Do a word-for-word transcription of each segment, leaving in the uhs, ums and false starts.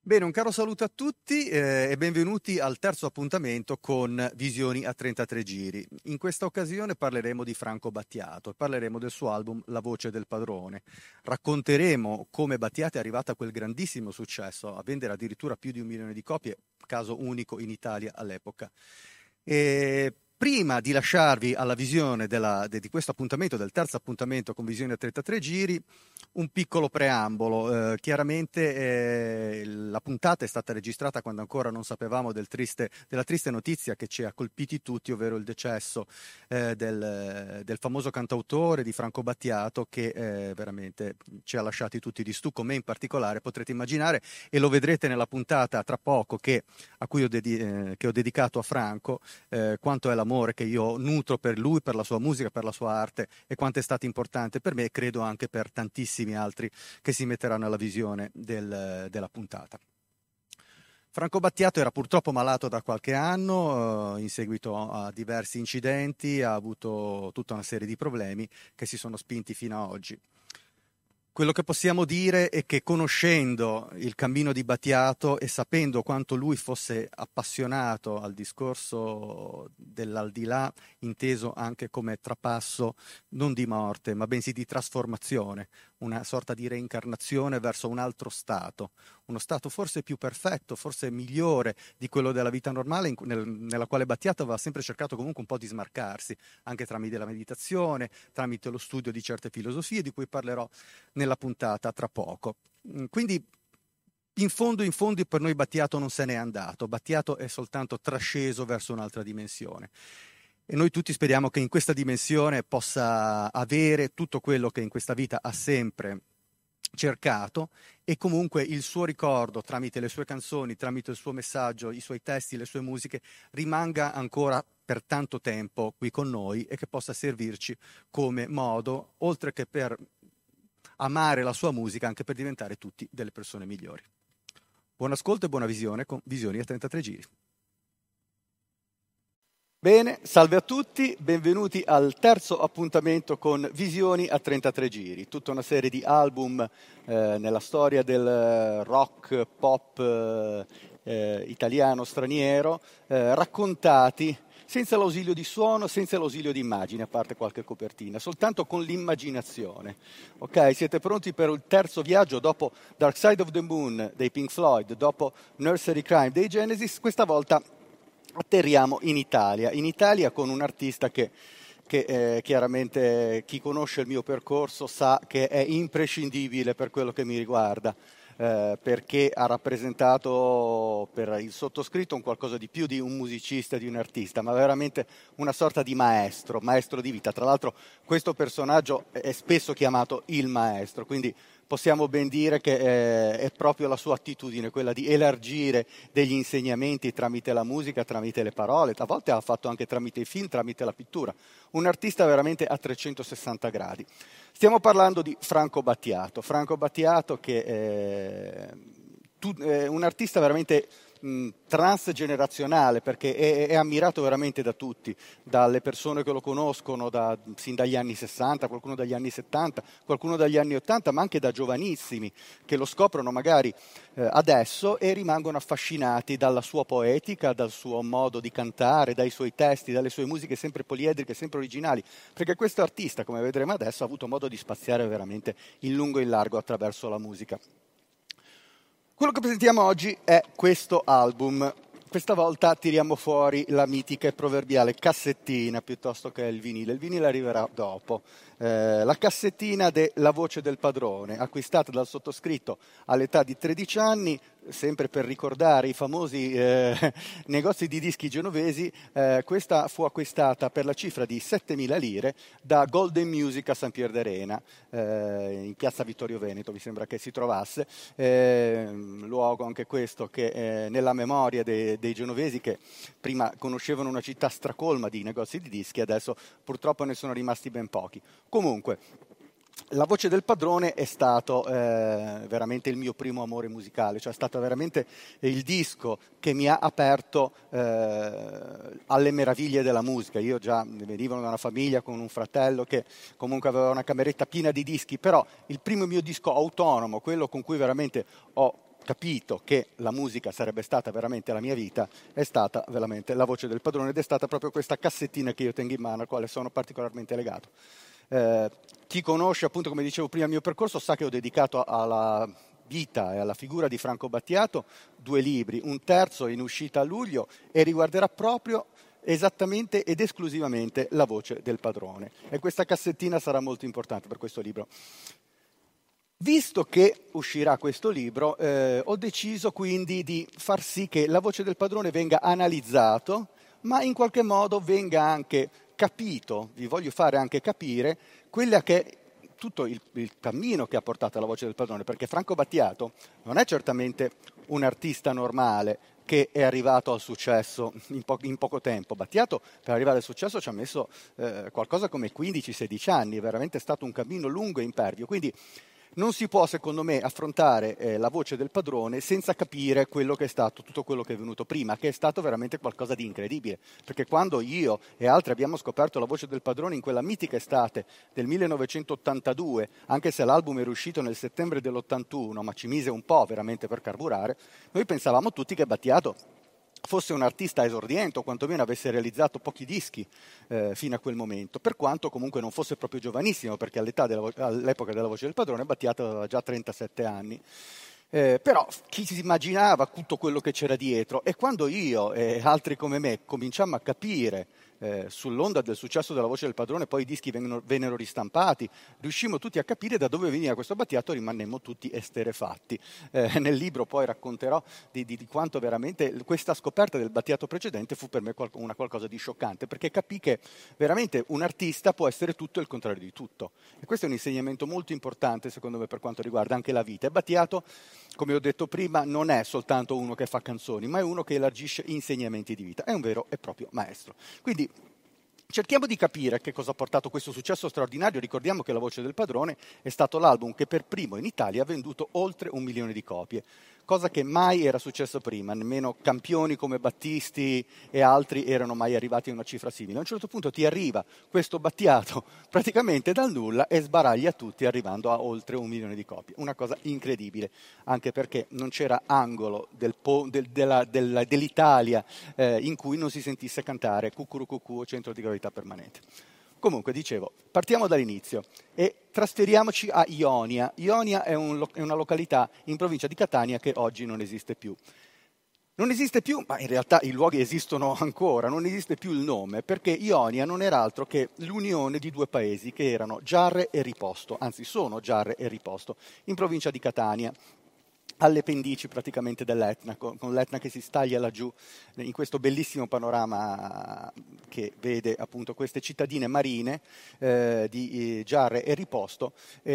Bene, un caro saluto a tutti eh, e benvenuti al terzo appuntamento con Visioni a trentatré giri. In questa occasione parleremo di Franco Battiato e parleremo del suo album La voce del padrone. Racconteremo come Battiato è arrivato a quel grandissimo successo, a vendere addirittura più di un milione di copie, caso unico in Italia all'epoca. E prima di lasciarvi alla visione della, de, di questo appuntamento, del terzo appuntamento con Visioni a trentatré giri, un piccolo preambolo. Eh, chiaramente eh, la puntata è stata registrata quando ancora non sapevamo del triste, della triste notizia che ci ha colpiti tutti, ovvero il decesso eh, del, del famoso cantautore di Franco Battiato, che eh, veramente ci ha lasciati tutti di stucco, me in particolare, potrete immaginare, e lo vedrete nella puntata tra poco che, a cui ho, dedi- eh, che ho dedicato a Franco, eh, quanto è l'amore che io nutro per lui, per la sua musica, per la sua arte, e quanto è stato importante per me e credo anche per tantissimi altri che si metteranno alla visione del, della puntata. Franco Battiato era purtroppo malato da qualche anno, eh, in seguito a diversi incidenti, ha avuto tutta una serie di problemi che si sono spinti fino a oggi. Quello che possiamo dire è che, conoscendo il cammino di Battiato e sapendo quanto lui fosse appassionato al discorso dell'aldilà, inteso anche come trapasso non di morte, ma bensì di trasformazione, una sorta di reincarnazione verso un altro stato, uno stato forse più perfetto, forse migliore di quello della vita normale, in, nel, nella quale Battiato aveva sempre cercato comunque un po' di smarcarsi, anche tramite la meditazione, tramite lo studio di certe filosofie, di cui parlerò nella puntata tra poco. Quindi in fondo, in fondo per noi Battiato non se n'è andato, Battiato è soltanto trasceso verso un'altra dimensione. E noi tutti speriamo che in questa dimensione possa avere tutto quello che in questa vita ha sempre cercato, e comunque il suo ricordo tramite le sue canzoni, tramite il suo messaggio, i suoi testi, le sue musiche, rimanga ancora per tanto tempo qui con noi e che possa servirci come modo, oltre che per amare la sua musica, anche per diventare tutti delle persone migliori. Buon ascolto e buona visione con Visioni a trentatré giri. Bene, salve a tutti, benvenuti al terzo appuntamento con Visioni a trentatré giri, tutta una serie di album eh, nella storia del rock, pop eh, italiano, straniero, eh, raccontati senza l'ausilio di suono, senza l'ausilio di immagine, a parte qualche copertina, soltanto con l'immaginazione. Ok, siete pronti per il terzo viaggio dopo Dark Side of the Moon dei Pink Floyd, dopo Nursery Crime dei Genesis? Questa volta atterriamo in Italia, in Italia con un artista che, che eh, chiaramente chi conosce il mio percorso sa che è imprescindibile per quello che mi riguarda. Eh, perché ha rappresentato per il sottoscritto un qualcosa di più di un musicista, di un artista, ma veramente una sorta di maestro, maestro di vita. Tra l'altro questo personaggio è spesso chiamato il maestro, quindi possiamo ben dire che eh, è proprio la sua attitudine, quella di elargire degli insegnamenti tramite la musica, tramite le parole, a volte ha fatto anche tramite i film, tramite la pittura. Un artista veramente a trecentosessanta gradi. Stiamo parlando di Franco Battiato, Franco Battiato che è un artista veramente mh, transgenerazionale, perché è, è ammirato veramente da tutti, dalle persone che lo conoscono da, sin dagli anni sessanta, qualcuno dagli anni settanta, qualcuno dagli anni ottanta, ma anche da giovanissimi che lo scoprono magari eh, adesso e rimangono affascinati dalla sua poetica, dal suo modo di cantare, dai suoi testi, dalle sue musiche sempre poliedriche, sempre originali, perché questo artista, come vedremo adesso, ha avuto modo di spaziare veramente in lungo e in largo attraverso la musica. Quello che presentiamo oggi è questo album. Questa volta tiriamo fuori la mitica e proverbiale cassettina piuttosto che il vinile. Il vinile arriverà dopo. Eh, la cassettina de La voce del padrone, acquistata dal sottoscritto all'età di tredici anni, sempre per ricordare i famosi eh, negozi di dischi genovesi. Eh, questa fu acquistata per la cifra di settemila lire da Golden Music a San Pier d'Arena, eh, in piazza Vittorio Veneto, mi sembra che si trovasse, eh, luogo anche questo che eh, nella memoria dei, dei genovesi, che prima conoscevano una città stracolma di negozi di dischi, adesso purtroppo ne sono rimasti ben pochi. Comunque, La voce del padrone è stato eh, veramente il mio primo amore musicale, cioè è stato veramente il disco che mi ha aperto eh, alle meraviglie della musica. Io già venivo da una famiglia con un fratello che comunque aveva una cameretta piena di dischi, però il primo mio disco autonomo, quello con cui veramente ho capito che la musica sarebbe stata veramente la mia vita, è stata veramente La voce del padrone, ed è stata proprio questa cassettina che io tengo in mano, al quale sono particolarmente legato. Eh, chi conosce, appunto, come dicevo prima, il mio percorso sa che ho dedicato alla vita e alla figura di Franco Battiato due libri, un terzo in uscita a luglio e riguarderà proprio esattamente ed esclusivamente La voce del padrone. E questa cassettina sarà molto importante per questo libro. Visto che uscirà questo libro, eh, ho deciso quindi di far sì che La voce del padrone venga analizzato, ma in qualche modo venga anche capito, vi voglio fare anche capire, quella che è tutto il, il cammino che ha portato alla voce del padrone, perché Franco Battiato non è certamente un artista normale che è arrivato al successo in, po- in poco tempo. Battiato per arrivare al successo ci ha messo eh, qualcosa come quindici sedici anni, è veramente stato un cammino lungo e impervio, quindi non si può, secondo me, affrontare eh, La voce del padrone senza capire quello che è stato, tutto quello che è venuto prima, che è stato veramente qualcosa di incredibile. Perché quando io e altri abbiamo scoperto La voce del padrone in quella mitica estate del millenovecentottantadue, anche se l'album era uscito nel settembre dell'ottantuno, ma ci mise un po' veramente per carburare, noi pensavamo tutti che Battiato fosse un artista esordiente o quantomeno avesse realizzato pochi dischi eh, fino a quel momento, per quanto comunque non fosse proprio giovanissimo, perché all'età della, all'epoca della voce del padrone Battiato aveva già trentasette anni. Eh, però chi si immaginava tutto quello che c'era dietro, e quando io e altri come me cominciammo a capire eh, sull'onda del successo della voce del padrone, poi i dischi vennero, vennero ristampati, riuscimmo tutti a capire da dove veniva questo Battiato, rimanemmo tutti esterefatti. Eh, nel libro poi racconterò di, di, di quanto veramente questa scoperta del Battiato precedente fu per me qual- una qualcosa di scioccante, perché capì che veramente un artista può essere tutto e il contrario di tutto. E questo è un insegnamento molto importante, secondo me, per quanto riguarda anche la vita. E Battiato, come ho detto prima, non è soltanto uno che fa canzoni, ma è uno che elargisce insegnamenti di vita, è un vero e proprio maestro. Quindi cerchiamo di capire che cosa ha portato questo successo straordinario. Ricordiamo che La voce del padrone è stato l'album che per primo in Italia ha venduto oltre un milione di copie, cosa che mai era successo prima, nemmeno campioni come Battisti e altri erano mai arrivati a una cifra simile. A un certo punto ti arriva questo Battiato praticamente dal nulla e sbaraglia tutti arrivando a oltre un milione di copie. Una cosa incredibile, anche perché non c'era angolo del po- del, della, della, dell'Italia eh, in cui non si sentisse cantare Cucurucucù o Centro di Gravità Permanente. Comunque, dicevo, partiamo dall'inizio e trasferiamoci a Ionia. Ionia è, un, è una località in provincia di Catania che oggi non esiste più. Non esiste più, ma in realtà i luoghi esistono ancora, non esiste più il nome, perché Ionia non era altro che l'unione di due paesi che erano Giarre e Riposto, anzi sono Giarre e Riposto, in provincia di Catania, alle pendici praticamente dell'Etna, con, con l'Etna che si staglia laggiù in questo bellissimo panorama che vede appunto queste cittadine marine eh, di eh, Giarre e Riposto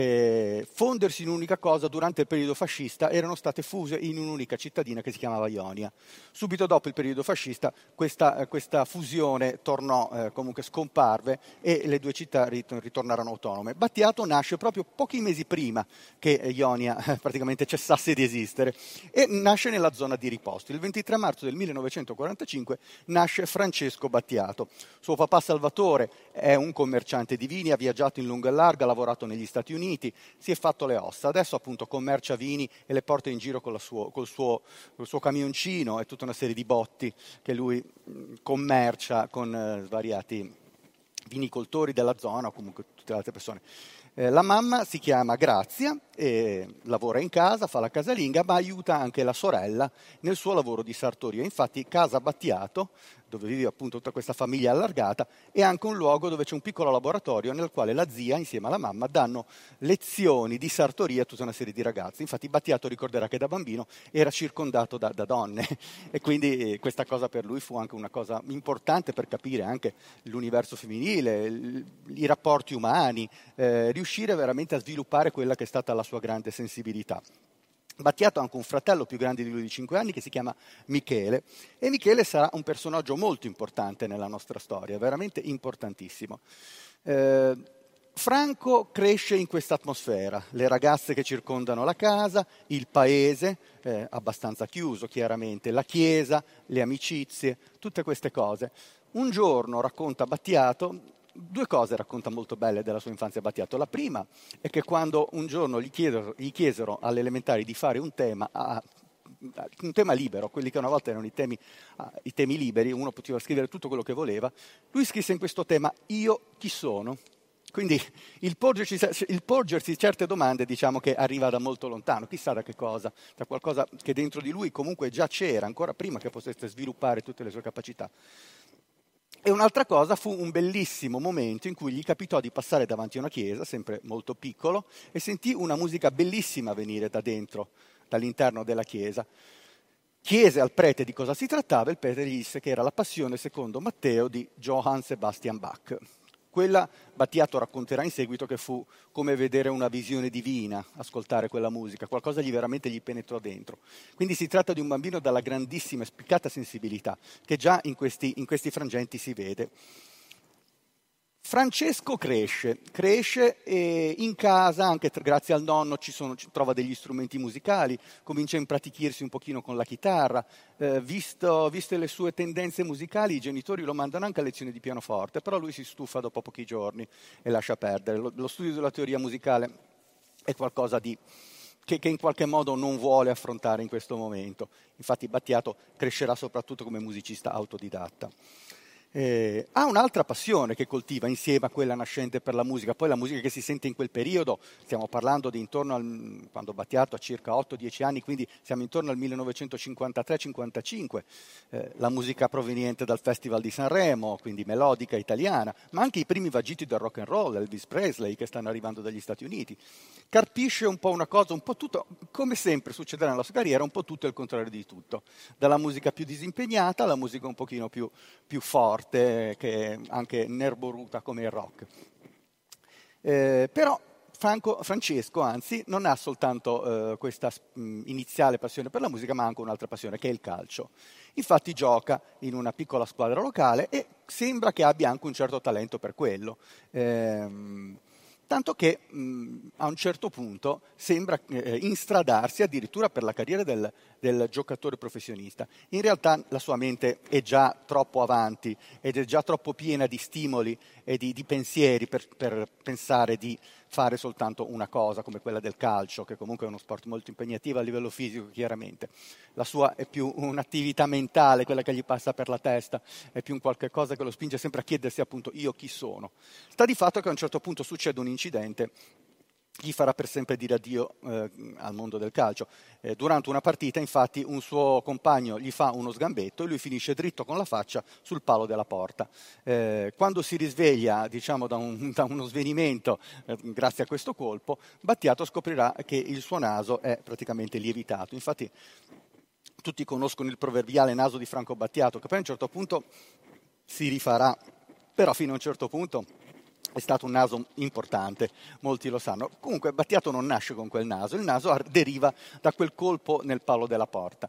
eh, fondersi in un'unica cosa durante il periodo fascista, erano state fuse in un'unica cittadina che si chiamava Ionia. Subito dopo il periodo fascista questa, questa fusione tornò, eh, comunque scomparve e le due città ritornarono autonome. Battiato nasce proprio pochi mesi prima che Ionia eh, praticamente cessasse di esistere e nasce nella zona di Riposto. Il ventitré marzo del millenovecentoquarantacinque nasce Francesco Battiato. Suo papà Salvatore è un commerciante di vini, ha viaggiato in lungo e largo, ha lavorato negli Stati Uniti, si è fatto le ossa, adesso appunto commercia vini e le porta in giro con la suo, col, suo, col suo camioncino e tutta una serie di botti che lui mh, commercia con eh, svariati vinicoltori della zona o comunque tutte le altre persone. Eh, la mamma si chiama Grazia, e lavora in casa, fa la casalinga, ma aiuta anche la sorella nel suo lavoro di sartoria. Infatti Casa Battiato, dove vive appunto tutta questa famiglia allargata, è anche un luogo dove c'è un piccolo laboratorio nel quale la zia insieme alla mamma danno lezioni di sartoria a tutta una serie di ragazzi. Infatti Battiato ricorderà che da bambino era circondato da, da donne e quindi eh, questa cosa per lui fu anche una cosa importante per capire anche l'universo femminile, l- i rapporti umani, eh, riuscire veramente a sviluppare quella che è stata la sua grande sensibilità. Battiato ha anche un fratello più grande di lui di cinque anni che si chiama Michele e Michele sarà un personaggio molto importante nella nostra storia, veramente importantissimo. Eh, Franco cresce in questa atmosfera, le ragazze che circondano la casa, il paese, eh, abbastanza chiuso chiaramente, la chiesa, le amicizie, tutte queste cose. Un giorno, racconta Battiato, due cose racconta molto belle della sua infanzia Battiato. La prima è che quando un giorno gli chiesero, gli chiesero alle elementari di fare un tema a un tema libero, quelli che una volta erano i temi, ah, i temi liberi, uno poteva scrivere tutto quello che voleva. Lui scrisse in questo tema "Io chi sono?". Quindi il porgersi, il porgersi certe domande, diciamo che arriva da molto lontano, chissà da che cosa, da qualcosa che dentro di lui comunque già c'era, ancora prima che potesse sviluppare tutte le sue capacità. E un'altra cosa fu un bellissimo momento in cui gli capitò di passare davanti a una chiesa, sempre molto piccolo, e sentì una musica bellissima venire da dentro, dall'interno della chiesa. Chiese al prete di cosa si trattava e il prete gli disse che era la Passione secondo Matteo di Johann Sebastian Bach. Quella, Battiato racconterà in seguito, che fu come vedere una visione divina, ascoltare quella musica, qualcosa gli veramente gli penetrò dentro. Quindi si tratta di un bambino dalla grandissima e spiccata sensibilità, che già in questi, in questi frangenti si vede. Francesco cresce, cresce e in casa, anche grazie al nonno, ci sono, ci trova degli strumenti musicali, comincia a impratichirsi un pochino con la chitarra, eh, visto, viste le sue tendenze musicali, i genitori lo mandano anche a lezioni di pianoforte, però lui si stufa dopo pochi giorni e lascia perdere. Lo, lo studio della teoria musicale è qualcosa di, che, che in qualche modo non vuole affrontare in questo momento. Infatti Battiato crescerà soprattutto come musicista autodidatta. Eh, ha un'altra passione che coltiva insieme a quella nascente per la musica, poi la musica che si sente in quel periodo, stiamo parlando di intorno al, quando Battiato ha circa otto dieci anni, quindi siamo intorno al millenovecentocinquantatré cinquantacinque, eh, la musica proveniente dal Festival di Sanremo, quindi melodica italiana, ma anche i primi vagiti del rock and roll, Elvis Presley, che stanno arrivando dagli Stati Uniti. Carpisce un po' una cosa, un po' tutto, come sempre succederà nella sua carriera, un po' tutto e il contrario di tutto, dalla musica più disimpegnata alla musica un pochino più, più forte, che è anche nerboruta come il rock. Eh, però Franco, Francesco, anzi, non ha soltanto eh, questa mh, iniziale passione per la musica, ma anche un'altra passione, che è il calcio. Infatti gioca in una piccola squadra locale e sembra che abbia anche un certo talento per quello. Ehm, tanto che mh, a un certo punto sembra eh, instradarsi addirittura per la carriera del, del giocatore professionista. In realtà la sua mente è già troppo avanti ed è già troppo piena di stimoli e di, di pensieri per, per pensare di fare soltanto una cosa come quella del calcio, che comunque è uno sport molto impegnativo a livello fisico, chiaramente. La sua è più un'attività mentale, quella che gli passa per la testa, è più un qualche cosa che lo spinge sempre a chiedersi appunto io chi sono. Sta di fatto che a un certo punto succede un incidente gli farà per sempre dire addio eh, al mondo del calcio. Eh, durante una partita, infatti, un suo compagno gli fa uno sgambetto e lui finisce dritto con la faccia sul palo della porta. Eh, quando si risveglia, diciamo, da, un, da uno svenimento, eh, grazie a questo colpo, Battiato scoprirà che il suo naso è praticamente lievitato. Infatti, tutti conoscono il proverbiale naso di Franco Battiato, che poi a un certo punto si rifarà, però fino a un certo punto è stato un naso importante, molti lo sanno. Comunque Battiato non nasce con quel naso, il naso deriva da quel colpo nel palo della porta.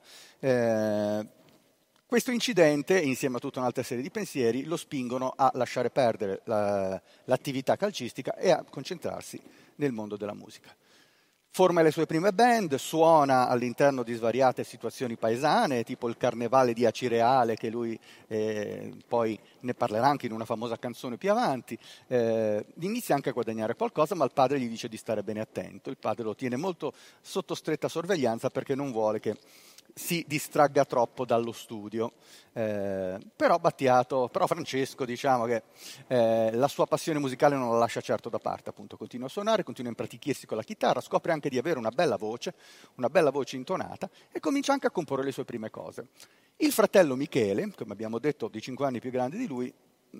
Eh, questo incidente, insieme a tutta un'altra serie di pensieri, lo spingono a lasciare perdere la, l'attività calcistica e a concentrarsi nel mondo della musica. Forma le sue prime band, suona all'interno di svariate situazioni paesane, tipo il Carnevale di Acireale, che lui eh, poi ne parlerà anche in una famosa canzone più avanti. Eh, inizia anche a guadagnare qualcosa, ma il padre gli dice di stare bene attento. Il padre lo tiene molto sotto stretta sorveglianza perché non vuole che si distragga troppo dallo studio. Eh, però Battiato, però Francesco, diciamo che eh, la sua passione musicale non la lascia certo da parte, appunto, continua a suonare, continua a impratichirsi con la chitarra, scopre anche di avere una bella voce, una bella voce intonata e comincia anche a comporre le sue prime cose. Il fratello Michele, come abbiamo detto, di cinque anni più grande di lui,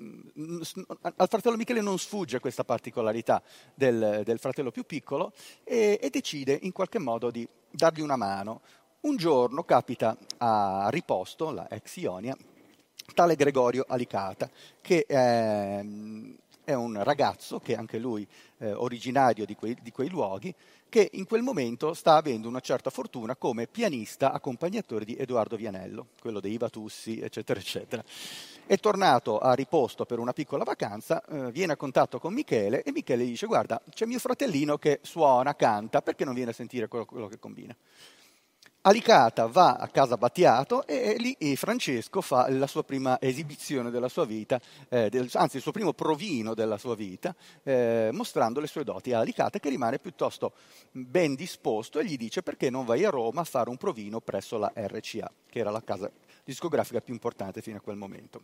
al fratello Michele non sfugge questa particolarità del, del fratello più piccolo e, e decide in qualche modo di dargli una mano. Un giorno capita a Riposto, la ex Ionia, tale Gregorio Alicata, che è, è un ragazzo, che anche lui eh, originario di quei, di quei luoghi, che in quel momento sta avendo una certa fortuna come pianista accompagnatore di Edoardo Vianello, quello dei Vatussi, eccetera, eccetera. È tornato a Riposto per una piccola vacanza, eh, viene a contatto con Michele e Michele gli dice: guarda, c'è mio fratellino che suona, canta, perché non viene a sentire quello, quello che combina? Alicata va a casa Battiato e lì Francesco fa la sua prima esibizione della sua vita, eh, del, anzi il suo primo provino della sua vita, eh, mostrando le sue doti a Alicata, che rimane piuttosto ben disposto e gli dice: perché non vai a Roma a fare un provino presso la R C A, che era la casa discografica più importante fino a quel momento.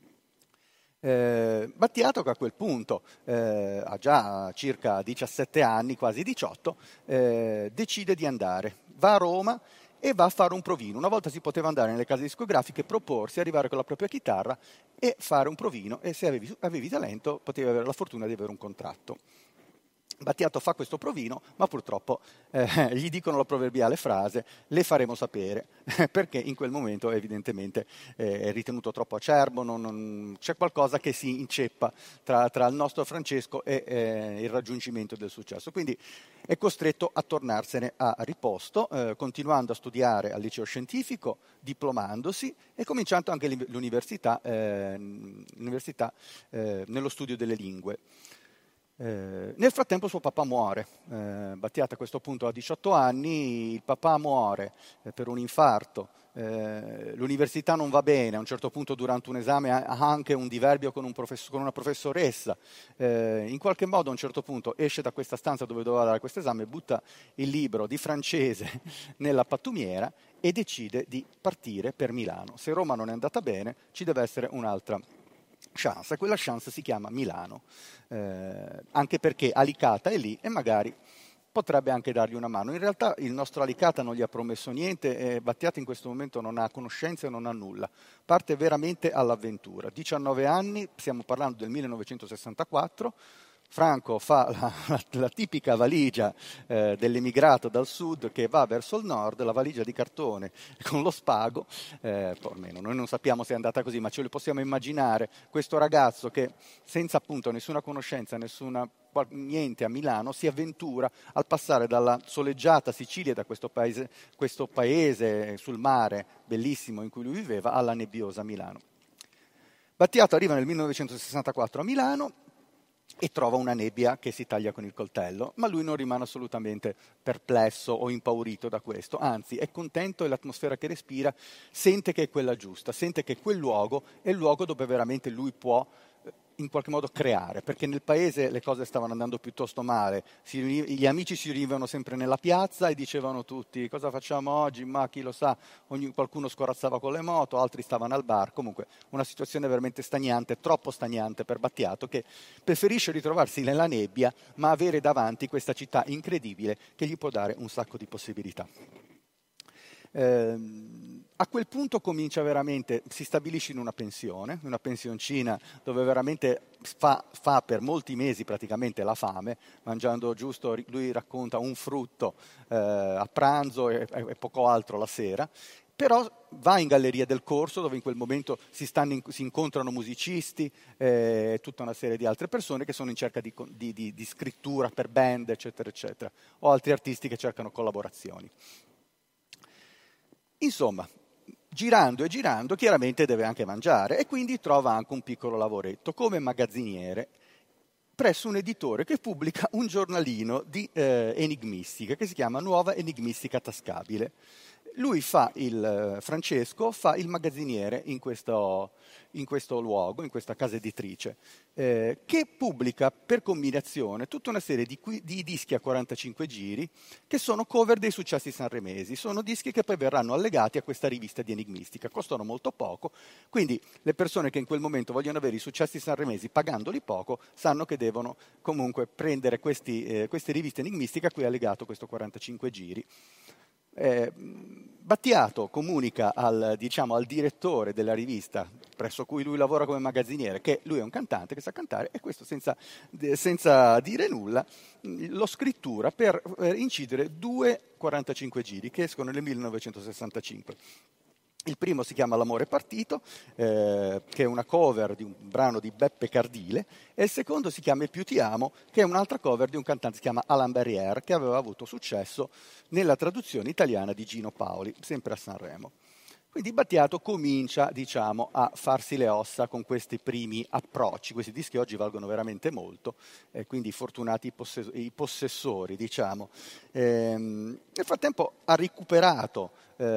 Eh, Battiato, che a quel punto eh, ha già circa diciassette anni, quasi diciotto, eh, decide di andare, va a Roma e va a fare un provino. Una volta si poteva andare nelle case discografiche, proporsi, arrivare con la propria chitarra e fare un provino, e se avevi, avevi talento potevi avere la fortuna di avere un contratto. Battiato fa questo provino, ma purtroppo eh, gli dicono la proverbiale frase: le faremo sapere, perché in quel momento evidentemente eh, è ritenuto troppo acerbo, non, non, c'è qualcosa che si inceppa tra, tra il nostro Francesco e eh, il raggiungimento del successo. Quindi è costretto a tornarsene a riposto, eh, continuando a studiare al liceo scientifico, diplomandosi e cominciando anche l'università, eh, l'università eh, nello studio delle lingue. Eh, nel frattempo suo papà muore, eh, Battiato a questo punto ha diciotto anni, il papà muore eh, per un infarto, eh, l'università non va bene, a un certo punto durante un esame ha anche un diverbio con, un professor, con una professoressa, eh, in qualche modo a un certo punto esce da questa stanza dove doveva dare questo esame, butta il libro di francese nella pattumiera e decide di partire per Milano. Se Roma non è andata bene ci deve essere un'altra chance, e quella chance si chiama Milano, eh, anche perché Alicata è lì e magari potrebbe anche dargli una mano. In realtà il nostro Alicata non gli ha promesso niente e Battiato in questo momento non ha conoscenze e non ha nulla, parte veramente all'avventura. diciannove anni, stiamo parlando del millenovecentosessantaquattro, Franco fa la, la, la tipica valigia eh, dell'emigrato dal sud che va verso il nord, la valigia di cartone con lo spago, eh, almeno noi non sappiamo se è andata così, ma ce lo possiamo immaginare, questo ragazzo che senza appunto nessuna conoscenza, nessuna niente a Milano, si avventura al passare dalla soleggiata Sicilia, da questo paese, questo paese sul mare bellissimo in cui lui viveva, alla nebbiosa Milano. Battiato arriva nel millenovecentosessantaquattro a Milano e trova una nebbia che si taglia con il coltello, ma lui non rimane assolutamente perplesso o impaurito da questo, anzi è contento e l'atmosfera che respira sente che è quella giusta, sente che quel luogo è il luogo dove veramente lui può in qualche modo creare, perché nel paese le cose stavano andando piuttosto male, si riuniv- gli amici si riunivano sempre nella piazza e dicevano tutti cosa facciamo oggi, ma chi lo sa, ogni, qualcuno scorazzava con le moto, altri stavano al bar, comunque una situazione veramente stagnante, troppo stagnante per Battiato, che preferisce ritrovarsi nella nebbia ma avere davanti questa città incredibile che gli può dare un sacco di possibilità. Eh, a quel punto comincia veramente, si stabilisce in una pensione, una pensioncina dove veramente fa, fa per molti mesi praticamente la fame, mangiando giusto, lui racconta, un frutto eh, a pranzo e, e poco altro la sera, però va in Galleria del Corso dove in quel momento si, stanno in, si incontrano musicisti e eh, tutta una serie di altre persone che sono in cerca di, di, di, di scrittura per band eccetera eccetera, o altri artisti che cercano collaborazioni. Insomma, girando e girando, chiaramente deve anche mangiare e quindi trova anche un piccolo lavoretto come magazziniere presso un editore che pubblica un giornalino di eh, enigmistica che si chiama Nuova Enigmistica Tascabile. Lui fa il Francesco, fa il magazziniere in questo, in questo luogo, in questa casa editrice, eh, che pubblica per combinazione tutta una serie di, di dischi a quarantacinque giri che sono cover dei successi sanremesi. Sono dischi che poi verranno allegati a questa rivista di enigmistica, costano molto poco, quindi le persone che in quel momento vogliono avere i successi sanremesi pagandoli poco sanno che devono comunque prendere questi, eh, queste riviste enigmistiche a cui è allegato questo quarantacinque giri. Eh, Battiato comunica al, diciamo, al direttore della rivista presso cui lui lavora come magazziniere che lui è un cantante che sa cantare e questo senza, senza dire nulla lo scrittura per incidere due quarantacinque giri che escono nel millenovecentosessantacinque. Il primo si chiama L'amore partito, eh, che è una cover di un brano di Beppe Cardile, e il secondo si chiama E più ti amo, che è un'altra cover di un cantante che si chiama Alain Barrière, che aveva avuto successo nella traduzione italiana di Gino Paoli, sempre a Sanremo. Quindi Battiato comincia, diciamo, a farsi le ossa con questi primi approcci. Questi dischi oggi valgono veramente molto, eh, quindi fortunati i, possess- i possessori, diciamo. Ehm, nel frattempo ha recuperato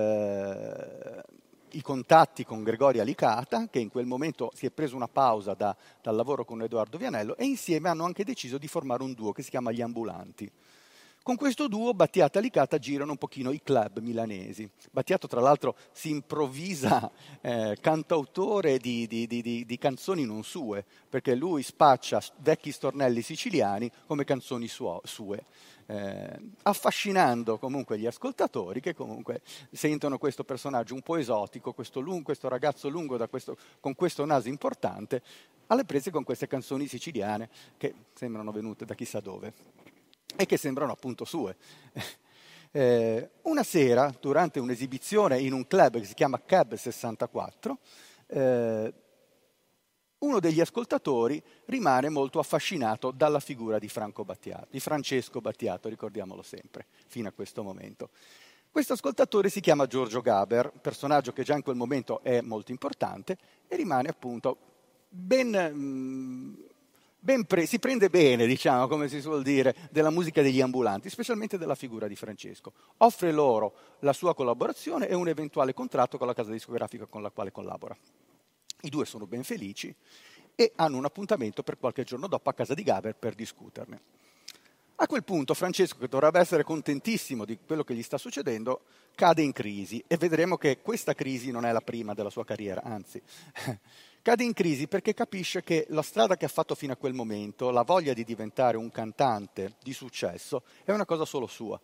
eh, i contatti con Gregorio Alicata, che in quel momento si è preso una pausa da- dal lavoro con Edoardo Vianello, e insieme hanno anche deciso di formare un duo che si chiama Gli Ambulanti. Con questo duo Battiato e Alicata girano un pochino i club milanesi. Battiato tra l'altro si improvvisa eh, cantautore di, di, di, di, di canzoni non sue, perché lui spaccia vecchi stornelli siciliani come canzoni suo, sue. Eh, affascinando comunque gli ascoltatori che comunque sentono questo personaggio un po' esotico, questo, lungo, questo ragazzo lungo da questo, con questo naso importante, alle prese con queste canzoni siciliane che sembrano venute da chissà dove e che sembrano appunto sue. Eh, una sera, durante un'esibizione in un club che si chiama Cab sessantaquattro, eh, uno degli ascoltatori rimane molto affascinato dalla figura di Franco Battiato, di Francesco Battiato, ricordiamolo sempre, fino a questo momento. Questo ascoltatore si chiama Giorgio Gaber, personaggio che già in quel momento è molto importante, e rimane appunto ben, mh, ben pre- si prende bene, diciamo, come si suol dire, della musica degli ambulanti, specialmente della figura di Francesco. Offre loro la sua collaborazione e un eventuale contratto con la casa discografica con la quale collabora. I due sono ben felici e hanno un appuntamento per qualche giorno dopo a casa di Gaber per discuterne. A quel punto Francesco, che dovrebbe essere contentissimo di quello che gli sta succedendo, cade in crisi, e vedremo che questa crisi non è la prima della sua carriera, anzi, cade in crisi perché capisce che la strada che ha fatto fino a quel momento, la voglia di diventare un cantante di successo, è una cosa solo sua.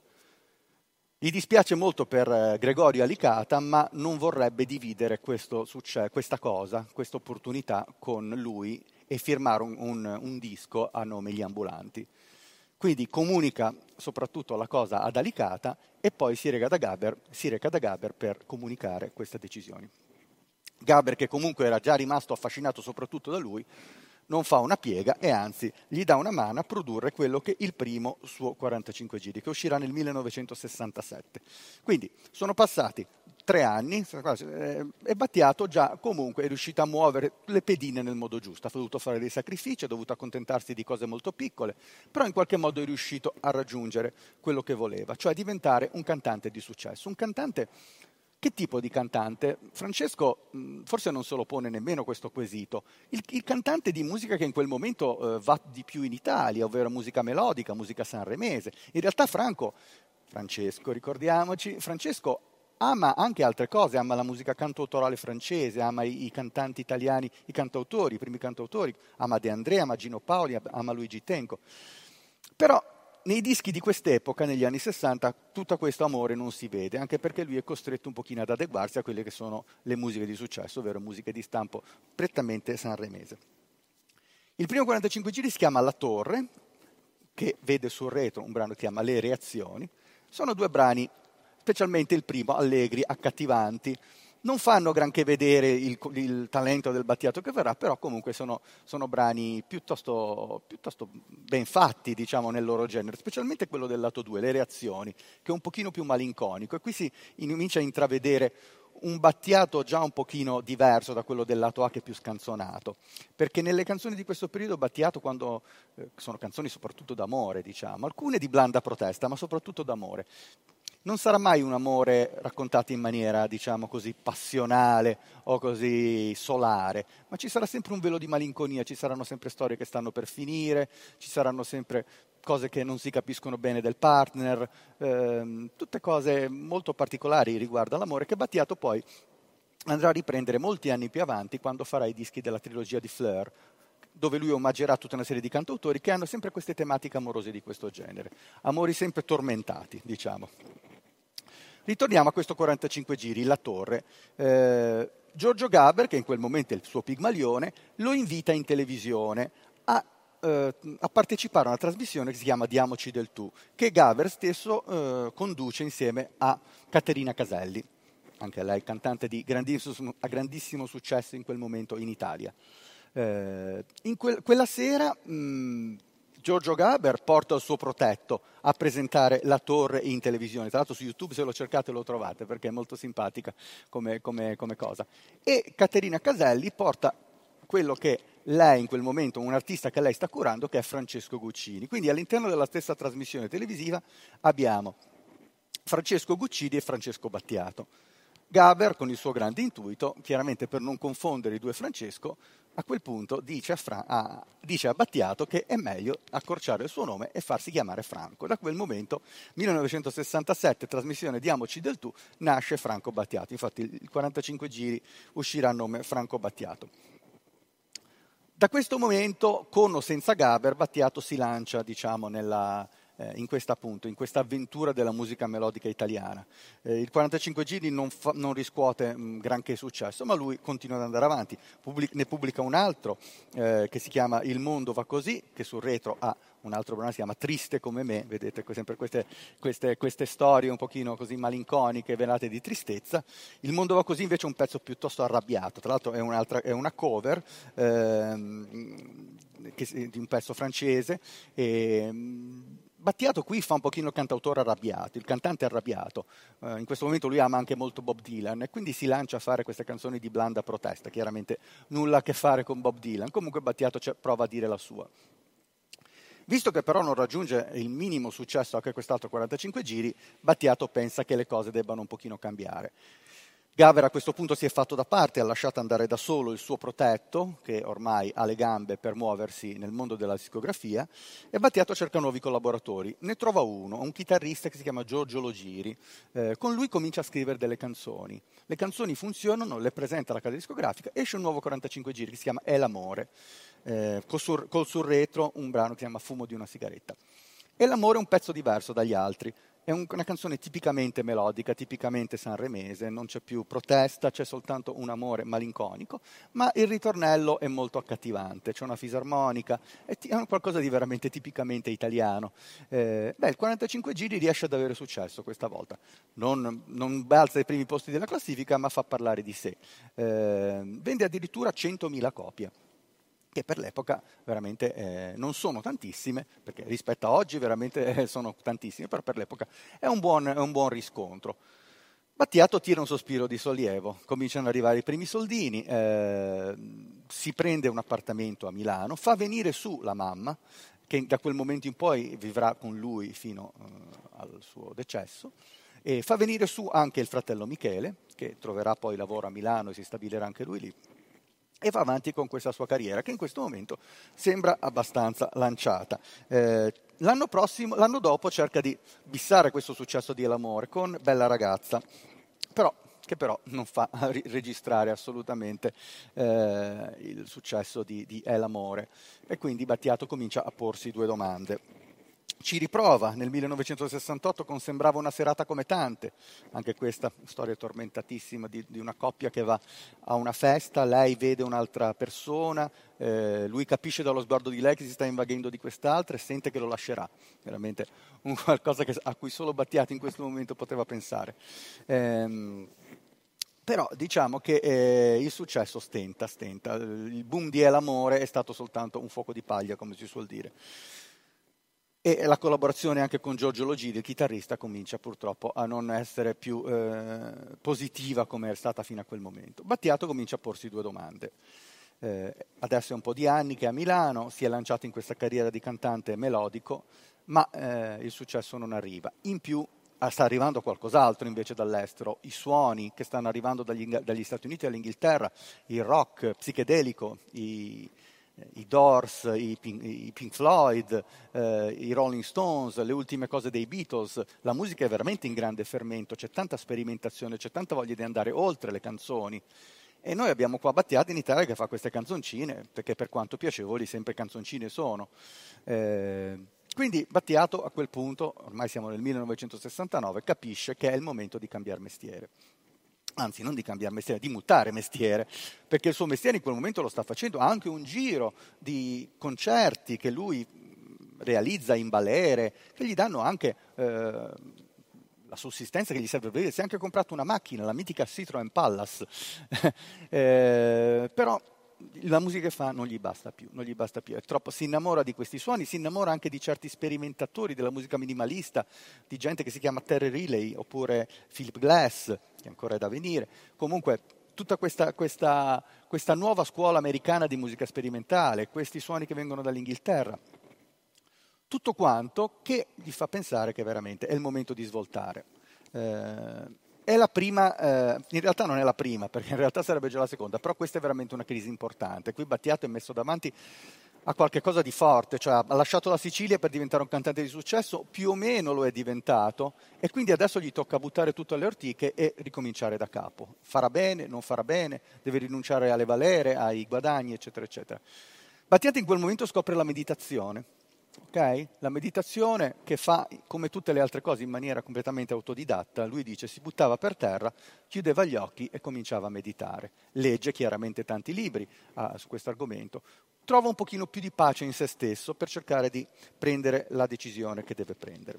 Gli dispiace molto per eh, Gregorio Alicata, ma non vorrebbe dividere questo succe- questa cosa, questa opportunità con lui e firmare un, un, un disco a nome Gli Ambulanti. Quindi comunica soprattutto la cosa ad Alicata e poi si reca da Gaber, si reca da Gaber per comunicare queste decisioni. Gaber, che comunque era già rimasto affascinato soprattutto da lui, non fa una piega e anzi gli dà una mano a produrre quello che è il primo suo quarantacinque giri, che uscirà nel millenovecentosessantasette. Quindi sono passati tre anni eh, e Battiato già comunque è riuscito a muovere le pedine nel modo giusto, ha dovuto fare dei sacrifici, ha dovuto accontentarsi di cose molto piccole, però in qualche modo è riuscito a raggiungere quello che voleva, cioè diventare un cantante di successo, un cantante. Che tipo di cantante? Francesco mh, forse non se lo pone nemmeno questo quesito. Il, il cantante di musica che in quel momento eh, va di più in Italia, ovvero musica melodica, musica sanremese. In realtà Franco, Francesco, ricordiamoci, Francesco ama anche altre cose, ama la musica cantautorale francese, ama i, i cantanti italiani, i cantautori, i primi cantautori, ama De André, ama Gino Paoli, ama Luigi Tenco. Però nei dischi di quest'epoca, negli anni sessanta, tutto questo amore non si vede, anche perché lui è costretto un pochino ad adeguarsi a quelle che sono le musiche di successo, ovvero musiche di stampo prettamente sanremese. Il primo quarantacinque giri si chiama La Torre, che vede sul retro un brano che si chiama Le Reazioni. Sono due brani, specialmente il primo, allegri, accattivanti. Non fanno granché vedere il, il talento del Battiato che verrà, però comunque sono, sono brani piuttosto, piuttosto ben fatti, diciamo, nel loro genere, specialmente quello del lato due, Le Reazioni, che è un pochino più malinconico, e qui si incomincia a intravedere un Battiato già un pochino diverso da quello del lato A, che è più scanzonato, perché nelle canzoni di questo periodo Battiato, quando eh, sono canzoni soprattutto d'amore, diciamo, alcune di blanda protesta, ma soprattutto d'amore, non sarà mai un amore raccontato in maniera, diciamo così, passionale o così solare, ma ci sarà sempre un velo di malinconia, ci saranno sempre storie che stanno per finire, ci saranno sempre cose che non si capiscono bene del partner, ehm, tutte cose molto particolari riguardo all'amore, che Battiato poi andrà a riprendere molti anni più avanti, quando farà i dischi della trilogia di Fleur, dove lui omaggerà tutta una serie di cantautori che hanno sempre queste tematiche amorose di questo genere, amori sempre tormentati, diciamo. Ritorniamo a questo quarantacinque giri, La Torre. Eh, Giorgio Gaber, che in quel momento è il suo Pigmalione, lo invita in televisione a, eh, a partecipare a una trasmissione che si chiama Diamoci del tu, che Gaber stesso eh, conduce insieme a Caterina Caselli, anche lei cantante di grandissimo, a grandissimo successo in quel momento in Italia. Eh, in quel, quella sera mh, Giorgio Gaber porta il suo protetto a presentare La Torre in televisione. Tra l'altro su YouTube, se lo cercate, lo trovate, perché è molto simpatica come, come, come cosa. E Caterina Caselli porta quello che lei in quel momento, un artista che lei sta curando, che è Francesco Guccini. Quindi all'interno della stessa trasmissione televisiva abbiamo Francesco Guccini e Francesco Battiato. Gaber, con il suo grande intuito, chiaramente per non confondere i due Francesco, a quel punto dice a, Fra- a, dice a Battiato che è meglio accorciare il suo nome e farsi chiamare Franco. Da quel momento, millenovecentosessantasette, trasmissione Diamoci del tu, nasce Franco Battiato. Infatti il quarantacinque giri uscirà il nome Franco Battiato. Da questo momento, con o senza Gaber, Battiato si lancia, diciamo, nella... Eh, in questa appunto, in questa avventura della musica melodica italiana. Eh, il quarantacinque giri non, fa, non riscuote mh, granché successo, ma lui continua ad andare avanti. Public, ne pubblica un altro eh, che si chiama Il mondo va così, che sul retro ha un altro brano che si chiama Triste come me, vedete sempre queste, queste, queste storie un pochino così malinconiche, velate di tristezza. Il mondo va così invece è un pezzo piuttosto arrabbiato, tra l'altro è, un'altra, è una cover ehm, che, di un pezzo francese. E, Battiato qui fa un pochino il cantautore arrabbiato, il cantante arrabbiato. Uh, in questo momento lui ama anche molto Bob Dylan e quindi si lancia a fare queste canzoni di blanda protesta, chiaramente nulla a che fare con Bob Dylan. Comunque Battiato prova a dire la sua. Visto che però non raggiunge il minimo successo anche quest'altro quarantacinque giri, Battiato pensa che le cose debbano un pochino cambiare. Gaber a questo punto si è fatto da parte, ha lasciato andare da solo il suo protetto, che ormai ha le gambe per muoversi nel mondo della discografia, e Battiato cerca nuovi collaboratori. Ne trova uno, un chitarrista che si chiama Giorgio Logiri. Eh, con lui comincia a scrivere delle canzoni. Le canzoni funzionano, le presenta alla casa discografica, esce un nuovo quarantacinque giri che si chiama È l'amore, eh, col, sul, col sul retro un brano che si chiama Fumo di una sigaretta. E l'amore è un pezzo diverso dagli altri. È un, una canzone tipicamente melodica, tipicamente sanremese, non c'è più protesta, c'è soltanto un amore malinconico, ma il ritornello è molto accattivante, c'è una fisarmonica, è, t- è qualcosa di veramente tipicamente italiano. Eh, beh, il quarantacinque giri riesce ad avere successo questa volta, non, non balza ai primi posti della classifica, ma fa parlare di sé. Eh, vende addirittura centomila copie, che per l'epoca veramente eh, non sono tantissime, perché rispetto a oggi veramente eh, sono tantissime, però per l'epoca è un buon, è un buon riscontro. Battiato tira un sospiro di sollievo, cominciano ad arrivare i primi soldini, eh, si prende un appartamento a Milano, fa venire su la mamma, che da quel momento in poi vivrà con lui fino eh, al suo decesso, e fa venire su anche il fratello Michele, che troverà poi lavoro a Milano e si stabilirà anche lui lì, e va avanti con questa sua carriera, che in questo momento sembra abbastanza lanciata. Eh, l'anno prossimo, l'anno dopo cerca di bissare questo successo di L'amore con Bella ragazza, però, che però non fa ri- registrare assolutamente eh, il successo di, di È l'amore, e quindi Battiato comincia a porsi due domande. Ci riprova nel millenovecentosessantotto con Sembrava una serata come tante, anche questa storia tormentatissima di, di una coppia che va a una festa, lei vede un'altra persona, eh, lui capisce dallo sguardo di lei che si sta invaghendo di quest'altra e sente che lo lascerà. Veramente un qualcosa che, a cui solo Battiato in questo momento poteva pensare. Ehm, Però diciamo che eh, il successo stenta, stenta. Il boom di È l'amore è stato soltanto un fuoco di paglia, come si suol dire. E la collaborazione anche con Giorgio Logiri, il chitarrista, comincia purtroppo a non essere più eh, positiva come è stata fino a quel momento. Battiato comincia a porsi due domande. Eh, adesso è un po' di anni che è a Milano, si è lanciato in questa carriera di cantante melodico, ma eh, il successo non arriva. In più sta arrivando qualcos'altro invece dall'estero, i suoni che stanno arrivando dagli, dagli Stati Uniti all'Inghilterra, il rock psichedelico, i... i Doors, i Pink, i Pink Floyd, eh, i Rolling Stones, le ultime cose dei Beatles. La musica è veramente in grande fermento, c'è tanta sperimentazione, c'è tanta voglia di andare oltre le canzoni. E noi abbiamo qua Battiato in Italia che fa queste canzoncine, perché per quanto piacevoli sempre canzoncine sono. Eh, quindi Battiato a quel punto, ormai siamo nel millenovecentosessantanove, capisce che è il momento di cambiare mestiere. Anzi, non di cambiare mestiere, di mutare mestiere, perché il suo mestiere in quel momento lo sta facendo, ha anche un giro di concerti che lui realizza in balere, che gli danno anche eh, la sussistenza che gli serve per vivere. Si è anche comprato una macchina, la mitica Citroën Pallas, eh, però la musica che fa non gli basta più, non gli basta più, è troppo, si innamora di questi suoni, si innamora anche di certi sperimentatori della musica minimalista, di gente che si chiama Terry Riley oppure Philip Glass, che ancora è da venire. Comunque tutta questa, questa, questa nuova scuola americana di musica sperimentale, questi suoni che vengono dall'Inghilterra, tutto quanto che gli fa pensare che veramente è il momento di svoltare. Eh, È la prima, eh, in realtà non è la prima, perché in realtà sarebbe già la seconda, però questa è veramente una crisi importante. Qui Battiato è messo davanti a qualche cosa di forte, cioè ha lasciato la Sicilia per diventare un cantante di successo, più o meno lo è diventato, e quindi adesso gli tocca buttare tutto alle ortiche e ricominciare da capo. Farà bene, non farà bene, deve rinunciare alle valere, ai guadagni, eccetera, eccetera. Battiato in quel momento scopre la meditazione. Okay? La meditazione che fa, come tutte le altre cose, in maniera completamente autodidatta. Lui dice, si buttava per terra, chiudeva gli occhi e cominciava a meditare. Legge chiaramente tanti libri ah, su questo argomento. Trova un pochino più di pace in se stesso per cercare di prendere la decisione che deve prendere.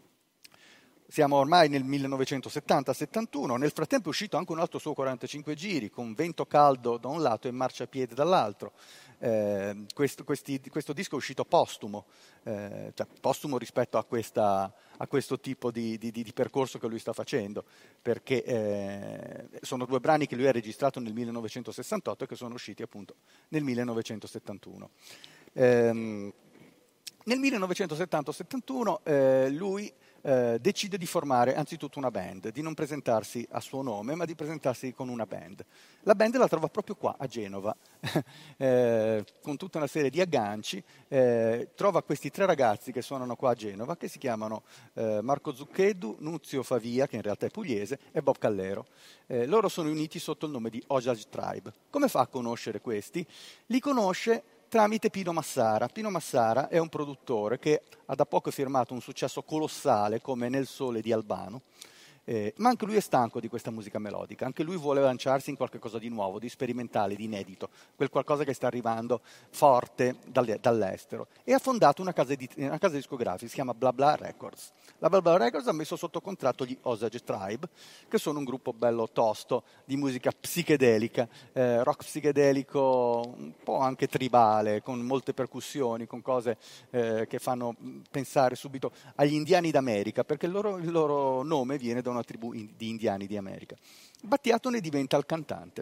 Siamo ormai nel millenovecentosettanta settantuno, nel frattempo è uscito anche un altro suo quarantacinque giri, con Vento caldo da un lato e Marciapiede dall'altro. Eh, questo, questi, questo disco è uscito postumo, eh, cioè postumo rispetto a, questa, a questo tipo di, di, di percorso che lui sta facendo, perché eh, sono due brani che lui ha registrato nel millenovecentosessantotto e che sono usciti appunto nel millenovecentosettantuno. Eh, nel millenovecentosettanta settantuno eh, lui eh, decide di formare anzitutto una band, di non presentarsi a suo nome, ma di presentarsi con una band. La band la trova proprio qua, a Genova, eh, con tutta una serie di agganci. Eh, trova questi tre ragazzi che suonano qua a Genova, che si chiamano eh, Marco Zucchettu, Nunzio Favia, che in realtà è pugliese, e Bob Callero. Eh, loro sono uniti sotto il nome di Osage Tribe. Come fa a conoscere questi? Li conosce tramite Pino Massara. Pino Massara è un produttore che ha da poco firmato un successo colossale come Nel sole di Albano, eh, ma anche lui è stanco di questa musica melodica, anche lui vuole lanciarsi in qualche cosa di nuovo, di sperimentale, di inedito, quel qualcosa che sta arrivando forte dall'estero, e ha fondato una casa, di, una casa discografica, si chiama Bla Bla Records. La Bla Bla Records ha messo sotto contratto gli Osage Tribe, che sono un gruppo bello tosto di musica psichedelica, eh, rock psichedelico un po' anche tribale, con molte percussioni, con cose eh, che fanno pensare subito agli indiani d'America, perché il loro, il loro nome viene da una tribù in, di indiani di America. Battiato ne diventa il cantante.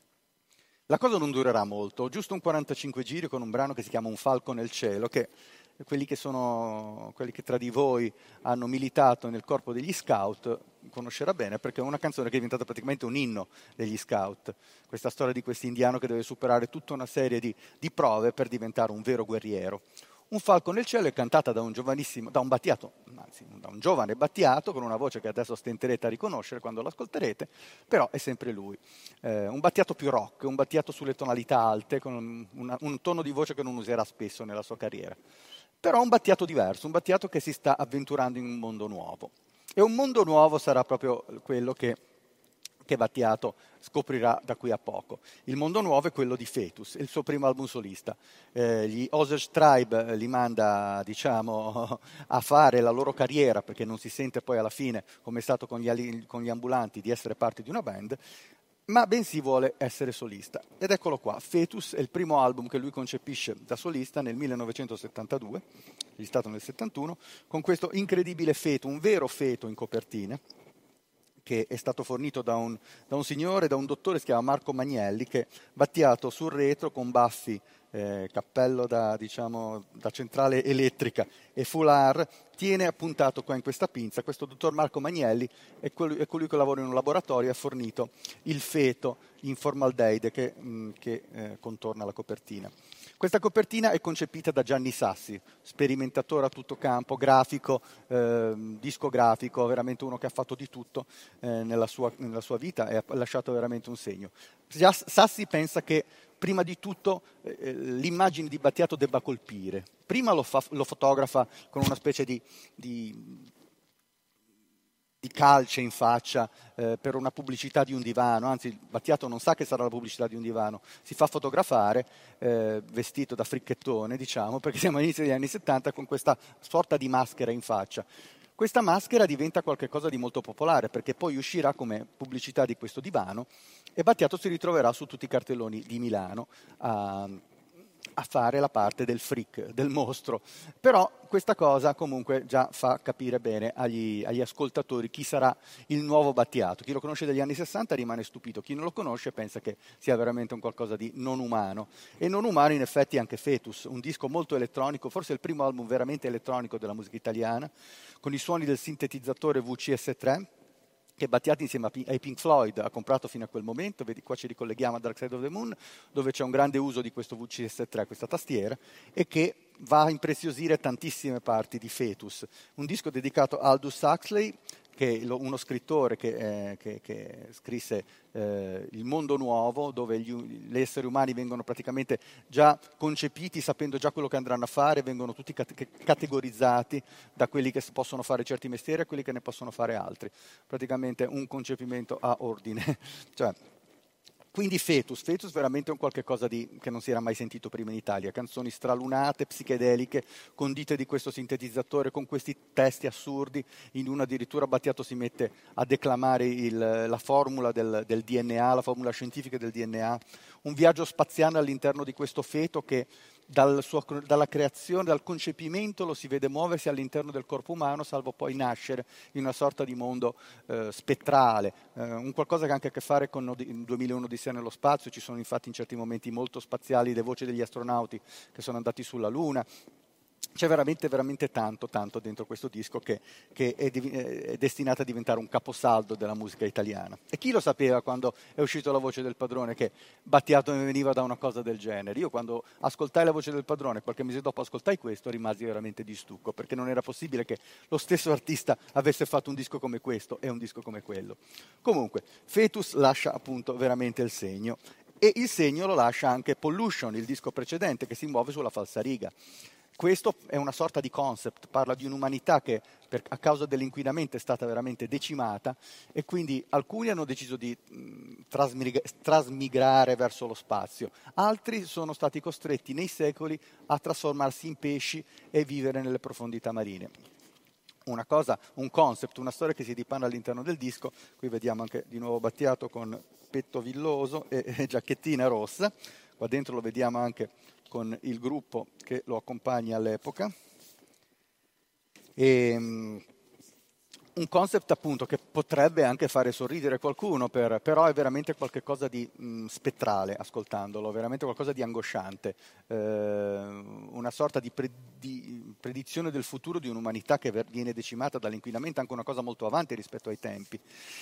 La cosa non durerà molto, giusto un quarantacinque giri con un brano che si chiama Un falco nel cielo, che quelli che sono quelli che tra di voi hanno militato nel corpo degli scout conoscerà bene, perché è una canzone che è diventata praticamente un inno degli scout, questa storia di questo indiano che deve superare tutta una serie di, di prove per diventare un vero guerriero. Un falco nel cielo è cantata da un giovanissimo, da un Battiato, anzi da un giovane Battiato con una voce che adesso stenterete a riconoscere quando l'ascolterete, però è sempre lui. Eh, un Battiato più rock, un Battiato sulle tonalità alte, con una, un tono di voce che non userà spesso nella sua carriera. Però un Battiato diverso, un Battiato che si sta avventurando in un mondo nuovo. E un mondo nuovo sarà proprio quello che, che Battiato scoprirà da qui a poco. Il mondo nuovo è quello di Fetus, il suo primo album solista. Eh, gli Osage Tribe li manda, diciamo, a fare la loro carriera, perché non si sente poi alla fine, come è stato con gli, con gli ambulanti, di essere parte di una band, ma bensì vuole essere solista. Ed eccolo qua, Fetus è il primo album che lui concepisce da solista nel millenovecentosettantadue, registrato nel settantuno, con questo incredibile feto, un vero feto in copertina, che è stato fornito da un, da un signore, da un dottore che si chiama Marco Magnelli, che Battiato sul retro con baffi, eh, cappello da, diciamo, da centrale elettrica e foulard, tiene appuntato qua in questa pinza. Questo dottor Marco Magnelli è colui, è colui che lavora in un laboratorio e ha fornito il feto in formaldeide che, mh, che eh, contorna la copertina. Questa copertina è concepita da Gianni Sassi, sperimentatore a tutto campo, grafico, eh, discografico, veramente uno che ha fatto di tutto eh, nella, sua, nella sua vita e ha lasciato veramente un segno. Sassi pensa che prima di tutto eh, l'immagine di Battiato debba colpire. Prima lo, fa, lo fotografa con una specie di, di, di calce in faccia eh, per una pubblicità di un divano, anzi Battiato non sa che sarà la pubblicità di un divano, si fa fotografare eh, vestito da fricchettone, diciamo, perché siamo all'inizio degli anni settanta con questa sorta di maschera in faccia. questa maschera diventa qualcosa di molto popolare, perché poi uscirà come pubblicità di questo divano e Battiato si ritroverà su tutti i cartelloni di Milano a, a fare la parte del freak, del mostro. Però questa cosa comunque già fa capire bene agli, agli ascoltatori chi sarà il nuovo Battiato. Chi lo conosce dagli anni sessanta rimane stupito, chi non lo conosce pensa che sia veramente un qualcosa di non umano. E non umano in effetti anche Fetus, un disco molto elettronico, forse il primo album veramente elettronico della musica italiana, con i suoni del sintetizzatore V C S tre, che Battiato insieme ai Pink Floyd ha comprato fino a quel momento. Vedi, qua ci ricolleghiamo a Dark Side of the Moon, dove c'è un grande uso di questo V C S tre, questa tastiera, e che va a impreziosire tantissime parti di Fetus. Un disco dedicato a Aldous Huxley, che è uno scrittore che, eh, che, che scrisse eh, Il mondo nuovo, dove gli, gli esseri umani vengono praticamente già concepiti, sapendo già quello che andranno a fare, vengono tutti cate- categorizzati da quelli che possono fare certi mestieri a quelli che ne possono fare altri. Praticamente un concepimento a ordine. cioè, Quindi Fetus, Fetus veramente è un qualche cosa di, che non si era mai sentito prima in Italia, canzoni stralunate, psichedeliche, condite di questo sintetizzatore, con questi testi assurdi. In uno addirittura Battiato si mette a declamare il, la formula del, del D N A, la formula scientifica del D N A, un viaggio spaziale all'interno di questo feto che dal suo, dalla creazione, dal concepimento lo si vede muoversi all'interno del corpo umano, salvo poi nascere in una sorta di mondo eh, spettrale, eh, un qualcosa che ha anche a che fare con duemilauno Odissea nello spazio. Ci sono infatti in certi momenti molto spaziali le voci degli astronauti che sono andati sulla Luna. C'è veramente, veramente tanto, tanto dentro questo disco che, che è, div- è destinato a diventare un caposaldo della musica italiana. E chi lo sapeva quando è uscito La voce del padrone che Battiato veniva da una cosa del genere? Io quando ascoltai La voce del padrone, qualche mese dopo ascoltai questo, rimasi veramente di stucco, perché non era possibile che lo stesso artista avesse fatto un disco come questo e un disco come quello. Comunque, Fetus lascia appunto veramente il segno, e il segno lo lascia anche Pollution, il disco precedente, che si muove sulla falsariga. Questo è una sorta di concept, parla di un'umanità che per, a causa dell'inquinamento è stata veramente decimata, e quindi alcuni hanno deciso di mh, trasmigra- trasmigrare verso lo spazio, altri sono stati costretti nei secoli a trasformarsi in pesci e vivere nelle profondità marine. Una cosa, un concept, una storia che si dipana all'interno del disco. Qui vediamo anche di nuovo Battiato con petto villoso e, e giacchettina rossa. Qua dentro lo vediamo anche con il gruppo che lo accompagna all'epoca. E, um, un concept appunto che potrebbe anche fare sorridere qualcuno, per, però è veramente qualcosa di mh, spettrale ascoltandolo, veramente qualcosa di angosciante, eh, una sorta di, pre, di predizione del futuro di un'umanità che viene decimata dall'inquinamento, anche una cosa molto avanti rispetto ai tempi.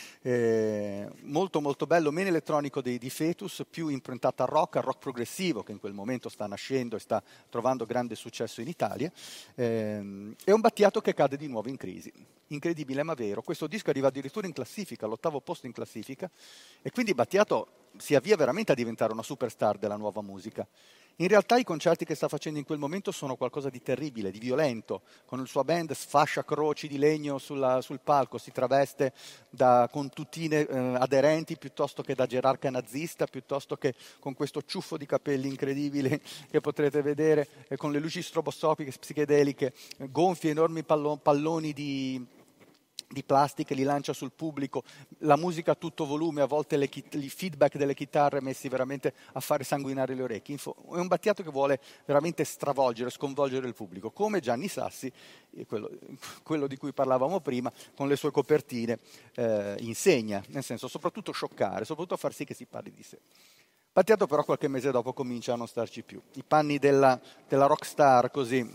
Eh, molto molto bello, meno elettronico di, di Fetus, più improntato al rock, al rock progressivo, che in quel momento sta nascendo e sta trovando grande successo in Italia. Eh, è un Battiato che cade di nuovo in crisi. Incredibile ma vero, questo disco arriva addirittura in classifica, all'ottavo posto in classifica, e quindi Battiato si avvia veramente a diventare una superstar della nuova musica. In realtà i concerti che sta facendo in quel momento sono qualcosa di terribile, di violento, con il suo band sfascia croci di legno sulla, sul palco, si traveste da contuttine eh, aderenti piuttosto che da gerarca nazista, piuttosto che con questo ciuffo di capelli incredibile che potrete vedere, eh, con le luci stroboscopiche, psichedeliche, eh, gonfie enormi pallo- palloni di... di plastica, li lancia sul pubblico, la musica a tutto volume, a volte le chi- i feedback delle chitarre messi veramente a fare sanguinare le orecchie. Info, è un Battiato che vuole veramente stravolgere, sconvolgere il pubblico, come Gianni Sassi, quello, quello di cui parlavamo prima, con le sue copertine, eh, insegna, nel senso soprattutto scioccare, soprattutto far sì che si parli di sé. Battiato però qualche mese dopo comincia a non starci più. I panni della, della rockstar così,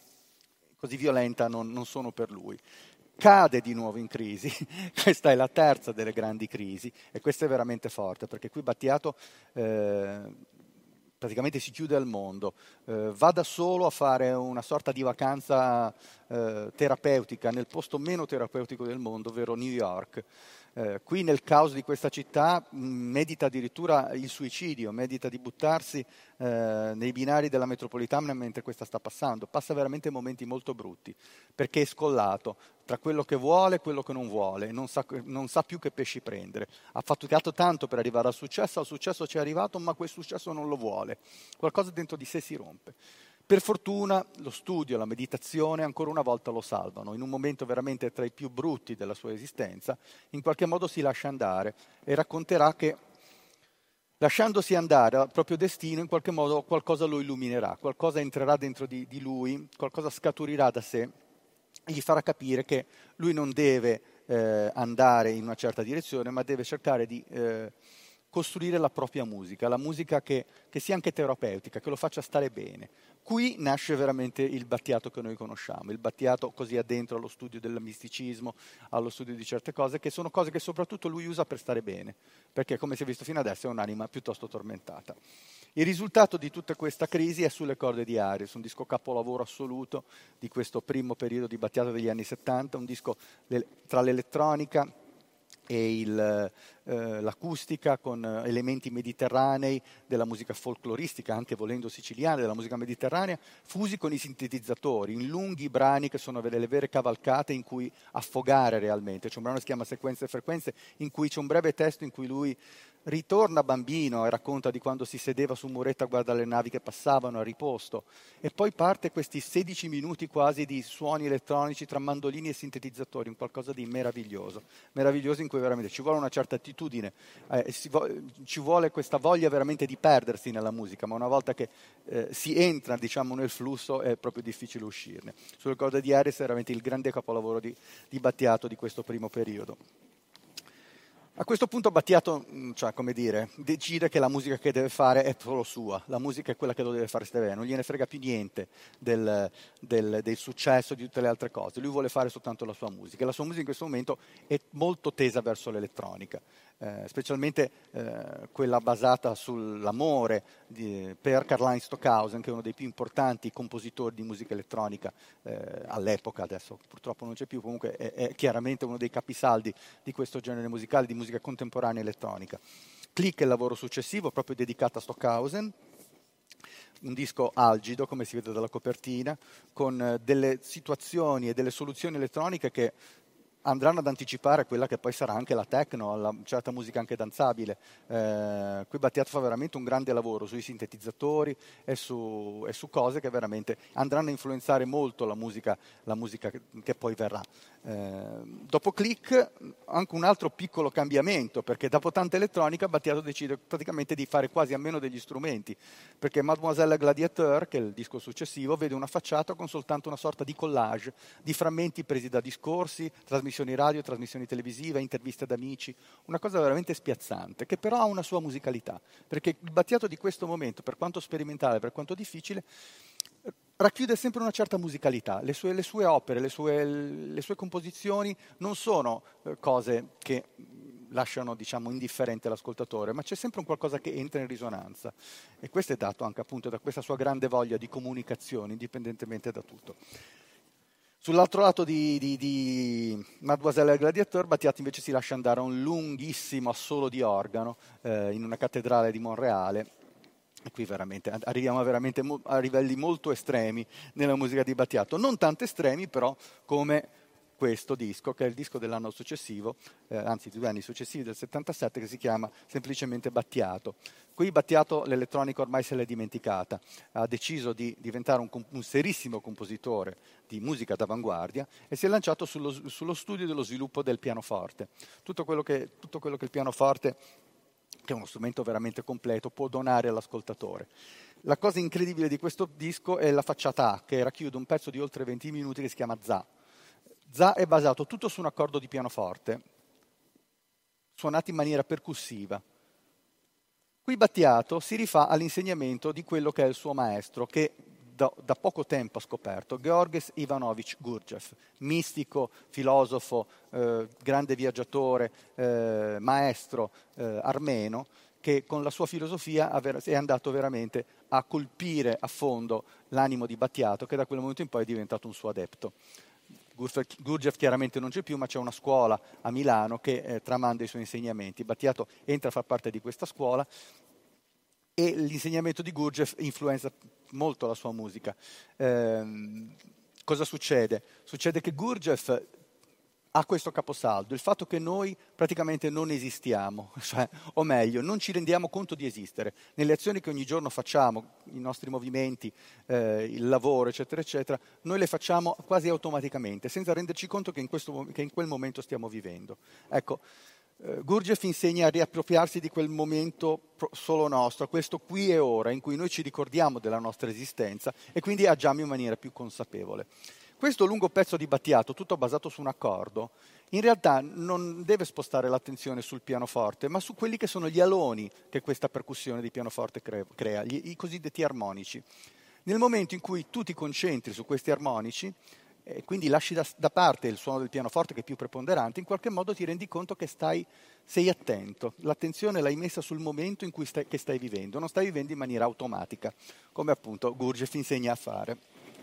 così violenta non, non sono per lui. Cade di nuovo in crisi, questa è la terza delle grandi crisi, e questa è veramente forte, perché qui Battiato eh, praticamente si chiude al mondo, eh, va da solo a fare una sorta di vacanza eh, terapeutica nel posto meno terapeutico del mondo, ovvero New York. Eh, qui nel caos di questa città mh, medita addirittura il suicidio, medita di buttarsi eh, nei binari della metropolitana mentre questa sta passando. Passa veramente momenti molto brutti, perché è scollato tra quello che vuole e quello che non vuole, non sa, non sa più che pesci prendere. Ha faticato tanto per arrivare al successo, al successo ci è arrivato, ma quel successo non lo vuole. Qualcosa dentro di sé si rompe. Per fortuna lo studio, la meditazione ancora una volta lo salvano, in un momento veramente tra i più brutti della sua esistenza, in qualche modo si lascia andare e racconterà che lasciandosi andare al proprio destino, in qualche modo qualcosa lo illuminerà, qualcosa entrerà dentro di, di lui, qualcosa scaturirà da sé e gli farà capire che lui non deve eh, andare in una certa direzione, ma deve cercare di eh, costruire la propria musica, la musica che, che sia anche terapeutica, che lo faccia stare bene. Qui nasce veramente il Battiato che noi conosciamo, il Battiato così addentro allo studio del misticismo, allo studio di certe cose, che sono cose che soprattutto lui usa per stare bene, perché come si è visto fino adesso è un'anima piuttosto tormentata. Il risultato di tutta questa crisi è Sulle corde di Aries, un disco capolavoro assoluto di questo primo periodo di Battiato degli anni settanta, un disco tra l'elettronica e il, eh, l'acustica con elementi mediterranei della musica folcloristica, anche volendo siciliana, della musica mediterranea, fusi con i sintetizzatori, in lunghi brani che sono delle vere cavalcate in cui affogare realmente. C'è un brano che si chiama Sequenze e frequenze, in cui c'è un breve testo in cui lui ritorna bambino e racconta di quando si sedeva su un muretto a guardare le navi che passavano a riposto, e poi parte questi sedici minuti quasi di suoni elettronici tra mandolini e sintetizzatori, un qualcosa di meraviglioso, meraviglioso in cui veramente ci vuole una certa attitudine, eh, si vo- ci vuole questa voglia veramente di perdersi nella musica, ma una volta che eh, si entra, diciamo, nel flusso è proprio difficile uscirne. Sulle corde di Aries è veramente il grande capolavoro di, di Battiato di questo primo periodo. A questo punto Battiato, cioè, come dire, decide che la musica che deve fare è solo sua, la musica è quella che lo deve fare stare bene, non gliene frega più niente del, del, del successo, di tutte le altre cose, lui vuole fare soltanto la sua musica, e la sua musica in questo momento è molto tesa verso l'elettronica, eh, specialmente eh, quella basata sull'amore di, per Karlheinz Stockhausen, che è uno dei più importanti compositori di musica elettronica eh, all'epoca, adesso purtroppo non c'è più, comunque è, è chiaramente uno dei capisaldi di questo genere musicale, di musica contemporanea elettronica. Click è il lavoro successivo, proprio dedicato a Stockhausen, un disco algido, come si vede dalla copertina, con delle situazioni e delle soluzioni elettroniche che andranno ad anticipare quella che poi sarà anche la techno, la certa musica anche danzabile. Eh, qui Battiato fa veramente un grande lavoro sui sintetizzatori e su, e su cose che veramente andranno a influenzare molto la musica, la musica che, che poi verrà. Eh, dopo Click anche un altro piccolo cambiamento, perché dopo tanta elettronica Battiato decide praticamente di fare quasi a meno degli strumenti, perché Mademoiselle Gladiateur, che è il disco successivo, vede una facciata con soltanto una sorta di collage di frammenti presi da discorsi, trasmissioni radio, trasmissioni televisive, interviste ad amici, una cosa veramente spiazzante, che però ha una sua musicalità, perché il Battiato di questo momento, per quanto sperimentale, per quanto difficile, racchiude sempre una certa musicalità. Le sue, le sue opere, le sue, le sue composizioni non sono eh, cose che lasciano, diciamo, indifferente l'ascoltatore, ma c'è sempre un qualcosa che entra in risonanza, e questo è dato anche appunto da questa sua grande voglia di comunicazione, indipendentemente da tutto. Sull'altro lato di, di, di Mademoiselle Gladiateur, Battiato invece si lascia andare a un lunghissimo assolo di organo eh, in una cattedrale di Monreale, e qui veramente arriviamo a, veramente mo- a livelli molto estremi nella musica di Battiato, non tanto estremi però come questo disco, che è il disco dell'anno successivo, eh, anzi due anni successivi, del settantasette, che si chiama semplicemente Battiato. Qui Battiato l'elettronica ormai se l'è dimenticata, ha deciso di diventare un, un serissimo compositore di musica d'avanguardia e si è lanciato sullo, sullo studio dello sviluppo del pianoforte. Tutto quello che, tutto quello che il pianoforte, che è uno strumento veramente completo, può donare all'ascoltatore. La cosa incredibile di questo disco è la facciata A, che racchiude un pezzo di oltre venti minuti che si chiama Za. Za è basato tutto su un accordo di pianoforte, suonato in maniera percussiva. Qui Battiato si rifà all'insegnamento di quello che è il suo maestro, che da, da poco tempo ha scoperto, Georges Ivanovich Gurdjieff, mistico, filosofo, eh, grande viaggiatore, eh, maestro eh, armeno, che con la sua filosofia è andato veramente a colpire a fondo l'animo di Battiato, che da quel momento in poi è diventato un suo adepto. Gurdjieff chiaramente non c'è più, ma c'è una scuola a Milano che eh, tramanda i suoi insegnamenti. Battiato entra a far parte di questa scuola e l'insegnamento di Gurdjieff influenza molto la sua musica. Eh, cosa succede? Succede che Gurdjieff ha questo caposaldo, il fatto che noi praticamente non esistiamo, cioè, o meglio, non ci rendiamo conto di esistere. Nelle azioni che ogni giorno facciamo, i nostri movimenti, eh, il lavoro, eccetera, eccetera, noi le facciamo quasi automaticamente, senza renderci conto che in, questo, che in quel momento stiamo vivendo. Ecco, eh, Gurdjieff insegna a riappropriarsi di quel momento solo nostro, a questo qui e ora, in cui noi ci ricordiamo della nostra esistenza e quindi agiamo in maniera più consapevole. Questo lungo pezzo di Battiato, tutto basato su un accordo, in realtà non deve spostare l'attenzione sul pianoforte, ma su quelli che sono gli aloni che questa percussione di pianoforte crea, gli, i cosiddetti armonici. Nel momento in cui tu ti concentri su questi armonici, e quindi lasci da, da parte il suono del pianoforte che è più preponderante, in qualche modo ti rendi conto che stai, sei attento, l'attenzione l'hai messa sul momento in cui stai, che stai vivendo, non stai vivendo in maniera automatica, come appunto Gurdjieff insegna a fare.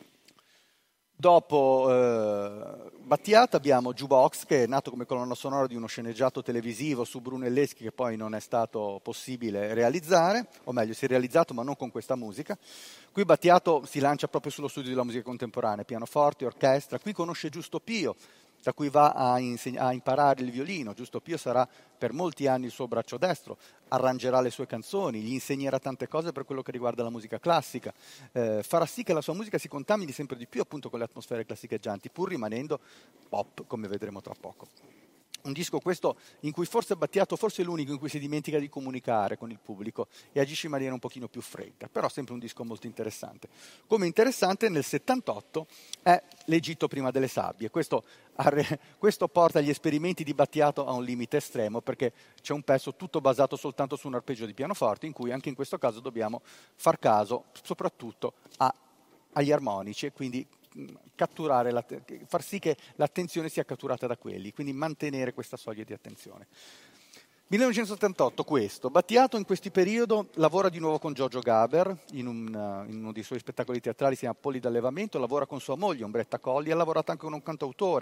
Dopo eh, Battiato abbiamo Jukebox, che è nato come colonna sonora di uno sceneggiato televisivo su Brunelleschi che poi non è stato possibile realizzare, o meglio si è realizzato ma non con questa musica. Qui Battiato si lancia proprio sullo studio della musica contemporanea, pianoforte, orchestra, qui conosce Giusto Pio, da cui va a, inseg- a imparare il violino. Giusto Pio sarà per molti anni il suo braccio destro, arrangerà le sue canzoni, gli insegnerà tante cose per quello che riguarda la musica classica, eh, farà sì che la sua musica si contamini sempre di più appunto con le atmosfere classicheggianti, pur rimanendo pop, come vedremo tra poco. Un disco questo in cui forse Battiato forse è l'unico in cui si dimentica di comunicare con il pubblico e agisce in maniera un pochino più fredda, però sempre un disco molto interessante. Come interessante nel settantotto è L'Egitto prima delle sabbie. Questo, questo porta gli esperimenti di Battiato a un limite estremo, perché c'è un pezzo tutto basato soltanto su un arpeggio di pianoforte in cui anche in questo caso dobbiamo far caso soprattutto a, agli armonici e quindi catturare la, far sì che l'attenzione sia catturata da quelli, quindi mantenere questa soglia di attenzione. millenovecentosettantotto questo. Battiato in questo periodo lavora di nuovo con Giorgio Gaber, in, un, in uno dei suoi spettacoli teatrali, si chiama Poli d'allevamento, lavora con sua moglie Ombretta Colli, ha lavorato anche con un cantautore.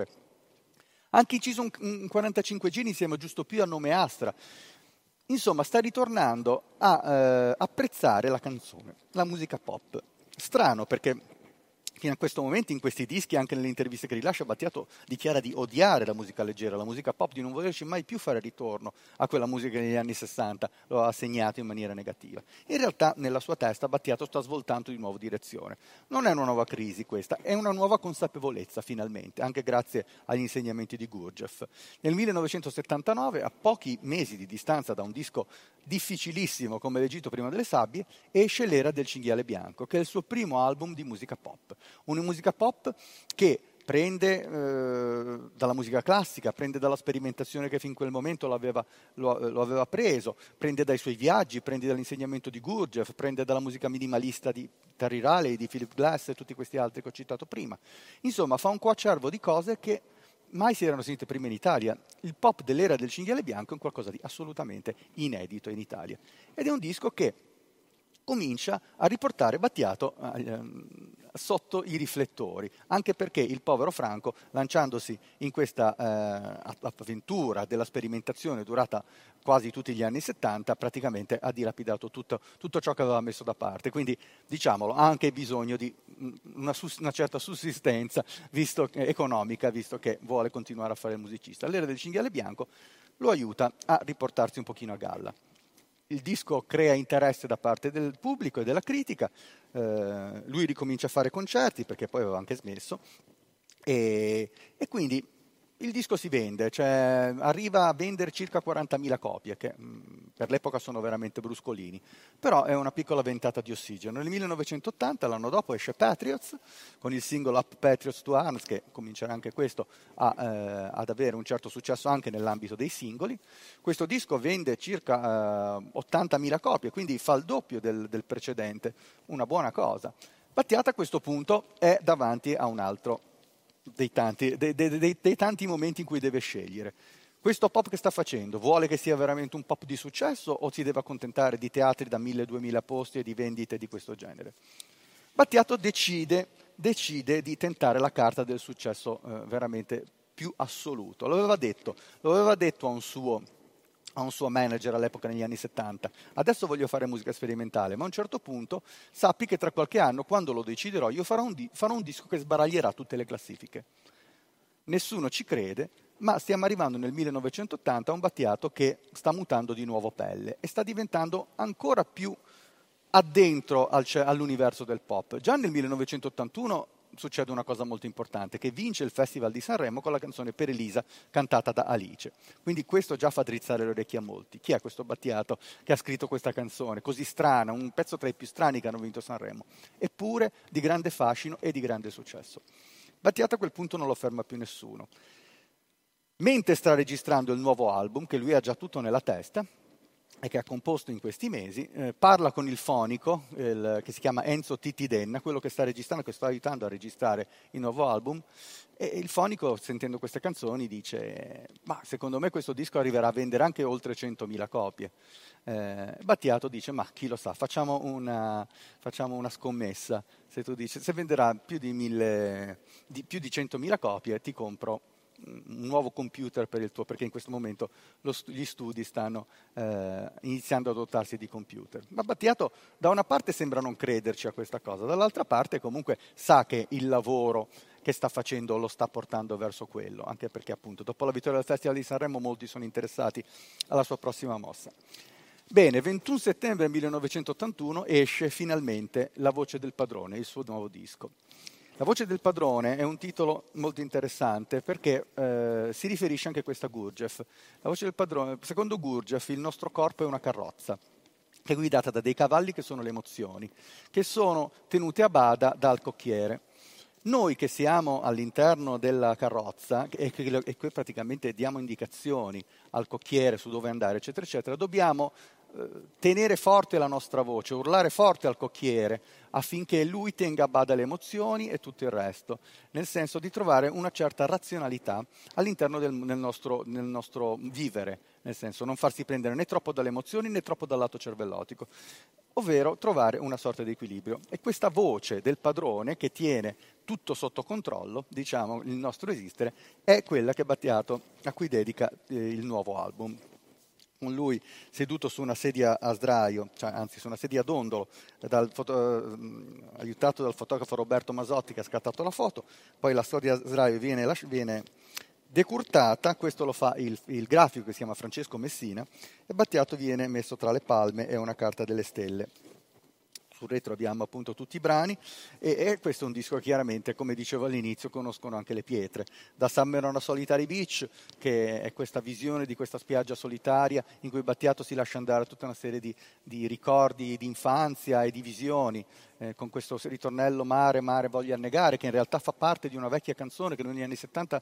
Ha anche inciso un, un quarantacinque giri insieme a Giusto Pio a nome Astra. Insomma, sta ritornando a eh, apprezzare la canzone, la musica pop. Strano, perché fino a questo momento, in questi dischi, anche nelle interviste che rilascia, Battiato dichiara di odiare la musica leggera, la musica pop, di non volerci mai più fare ritorno a quella musica degli anni sessanta, lo ha segnato in maniera negativa. In realtà, nella sua testa, Battiato sta svoltando di nuovo direzione. Non è una nuova crisi questa, è una nuova consapevolezza, finalmente, anche grazie agli insegnamenti di Gurdjieff. Nel millenovecentosettantanove, a pochi mesi di distanza da un disco difficilissimo come L'Egitto prima delle sabbie, esce L'Era del cinghiale bianco, che è il suo primo album di musica pop. Una musica pop che prende eh, dalla musica classica, prende dalla sperimentazione che fin quel momento l'aveva, lo, lo aveva preso, prende dai suoi viaggi, prende dall'insegnamento di Gurdjieff, prende dalla musica minimalista di Terry Riley, di Philip Glass e tutti questi altri che ho citato prima. Insomma, fa un coacervo di cose che mai si erano sentite prima in Italia. Il pop dell'era del cinghiale bianco è qualcosa di assolutamente inedito in Italia. Ed è un disco che comincia a riportare Battiato eh, sotto i riflettori, anche perché il povero Franco, lanciandosi in questa eh, avventura della sperimentazione durata quasi tutti gli anni settanta, praticamente ha dilapidato tutto, tutto ciò che aveva messo da parte. Quindi, diciamolo, ha anche bisogno di una, una certa sussistenza visto, eh, economica, visto che vuole continuare a fare il musicista. L'era del cinghiale bianco lo aiuta a riportarsi un pochino a galla. Il disco crea interesse da parte del pubblico e della critica, eh, lui ricomincia a fare concerti perché poi aveva anche smesso e, e quindi il disco si vende, cioè arriva a vendere circa quarantamila copie, che mh, per l'epoca sono veramente bruscolini, però è una piccola ventata di ossigeno. Nel millenovecentottanta, l'anno dopo, esce Patriots, con il singolo Up Patriots to Arms, che comincerà anche questo a, eh, ad avere un certo successo anche nell'ambito dei singoli. Questo disco vende circa eh, ottantamila copie, quindi fa il doppio del, del precedente, una buona cosa. Battiato a questo punto è davanti a un altro Dei tanti, dei, dei, dei, dei tanti momenti in cui deve scegliere. Questo pop che sta facendo, vuole che sia veramente un pop di successo o si deve accontentare di teatri da mille-duemila posti e di vendite di questo genere? Battiato decide, decide di tentare la carta del successo eh, veramente più assoluto. Lo aveva detto, lo aveva detto a un suo a un suo manager all'epoca negli anni settanta, adesso voglio fare musica sperimentale, ma a un certo punto sappi che tra qualche anno, quando lo deciderò, io farò un, di- farò un disco che sbaraglierà tutte le classifiche. Nessuno ci crede, ma stiamo arrivando nel millenovecentottanta a un Battiato che sta mutando di nuovo pelle e sta diventando ancora più addentro al, all'universo del pop. Già nel millenovecentottantuno succede una cosa molto importante, che vince il Festival di Sanremo con la canzone Per Elisa, cantata da Alice. Quindi questo già fa drizzare le orecchie a molti. Chi è questo Battiato che ha scritto questa canzone così strana, un pezzo tra i più strani che hanno vinto Sanremo, eppure di grande fascino e di grande successo? Battiato a quel punto non lo ferma più nessuno. Mentre sta registrando il nuovo album, che lui ha già tutto nella testa, e che ha composto in questi mesi, eh, parla con il fonico, il, che si chiama Enzo Titidenna, quello che sta registrando, che sta aiutando a registrare il nuovo album, e il fonico, sentendo queste canzoni, dice ma secondo me questo disco arriverà a vendere anche oltre centomila copie. Eh, Battiato dice ma chi lo sa, facciamo una, facciamo una scommessa, se tu dici se venderà più di, mille, di, più di centomila copie ti compro un nuovo computer per il tuo, perché in questo momento lo, gli studi stanno eh, iniziando a dotarsi di computer. Ma Battiato da una parte sembra non crederci a questa cosa, dall'altra parte comunque sa che il lavoro che sta facendo lo sta portando verso quello, anche perché appunto dopo la vittoria del Festival di Sanremo molti sono interessati alla sua prossima mossa. Bene, ventuno settembre millenovecentottantuno esce finalmente La voce del padrone, il suo nuovo disco. La voce del padrone è un titolo molto interessante perché eh, si riferisce anche a questa Gurdjieff. La voce del padrone, secondo Gurdjieff, il nostro corpo è una carrozza che è guidata da dei cavalli che sono le emozioni, che sono tenute a bada dal cocchiere. Noi che siamo all'interno della carrozza e che, e che praticamente diamo indicazioni al cocchiere su dove andare, eccetera, eccetera, dobbiamo tenere forte la nostra voce, urlare forte al cocchiere affinché lui tenga a bada le emozioni e tutto il resto, nel senso di trovare una certa razionalità all'interno del nel nostro, nel nostro vivere, nel senso non farsi prendere né troppo dalle emozioni né troppo dal lato cervellotico, ovvero trovare una sorta di equilibrio. E questa voce del padrone che tiene tutto sotto controllo, diciamo, il nostro esistere, è quella che Battiato, a cui dedica eh, il nuovo album. Con lui seduto su una sedia a sdraio, cioè, anzi su una sedia a dondolo, dal foto, eh, aiutato dal fotografo Roberto Masotti che ha scattato la foto, poi la sedia a sdraio viene, viene decurtata, questo lo fa il, il grafico che si chiama Francesco Messina, e Battiato viene messo tra le palme e una carta delle stelle. Sul retro abbiamo appunto tutti i brani e, e questo è un disco che chiaramente, come dicevo all'inizio, conoscono anche le pietre. Da Summer on a Solitary Beach, che è questa visione di questa spiaggia solitaria in cui Battiato si lascia andare tutta una serie di, di ricordi di infanzia e di visioni, eh, con questo ritornello mare, mare, voglio annegare, che in realtà fa parte di una vecchia canzone che negli anni settanta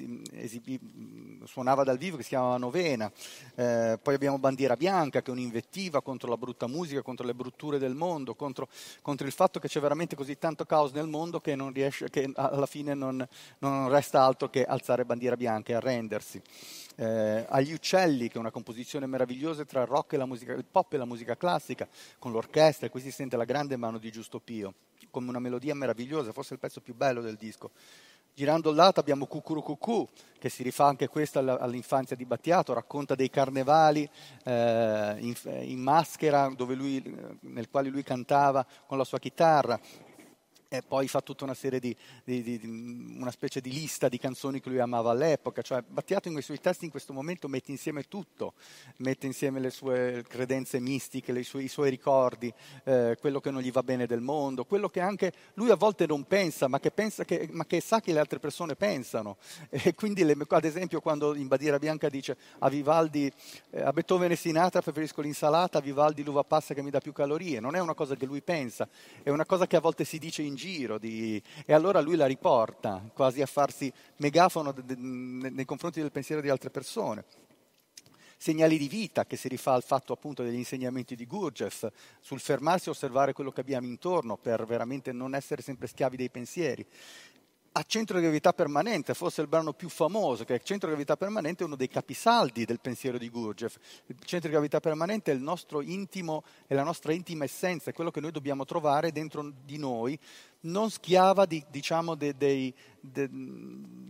esibì, suonava dal vivo, che si chiamava Novena. Eh, poi abbiamo Bandiera Bianca, che è un'invettiva contro la brutta musica, contro le brutture del mondo, contro, contro il fatto che c'è veramente così tanto caos nel mondo che, non riesce, che alla fine non, non resta altro che alzare bandiera bianca e arrendersi. Eh, agli Uccelli, che è una composizione meravigliosa tra il rock e la musica, il pop e la musica classica, con l'orchestra, e qui si sente la grande mano di Giusto Pio, come una melodia meravigliosa, forse il pezzo più bello del disco. Girando il lato abbiamo Cucurucucù, che si rifà anche questa all'infanzia di Battiato, racconta dei carnevali eh, in, in maschera dove lui, nel quale lui cantava con la sua chitarra. E poi fa tutta una serie di, di, di, di una specie di lista di canzoni che lui amava all'epoca, cioè Battiato nei suoi testi in questo momento mette insieme tutto, mette insieme le sue credenze mistiche, le sue, i suoi ricordi, eh, quello che non gli va bene del mondo, quello che anche lui a volte non pensa, ma che, pensa che, ma che sa che le altre persone pensano. E quindi le, ad esempio quando in Bandiera Bianca dice a Vivaldi, eh, a Beethoven e Sinatra preferisco l'insalata, a Vivaldi l'uva passa che mi dà più calorie, non è una cosa che lui pensa, è una cosa che a volte si dice in giro di... e allora lui la riporta quasi a farsi megafono de- de- nei confronti del pensiero di altre persone. Segnali di vita, che si rifà al fatto appunto degli insegnamenti di Gurdjieff sul fermarsi a osservare quello che abbiamo intorno per veramente non essere sempre schiavi dei pensieri. A Centro di Gravità Permanente, forse il brano più famoso, che è Centro di Gravità Permanente, è uno dei capisaldi del pensiero di Gurdjieff. Il Centro di Gravità Permanente è il nostro intimo, è la nostra intima essenza, è quello che noi dobbiamo trovare dentro di noi, non schiava di, diciamo, de, dei, de,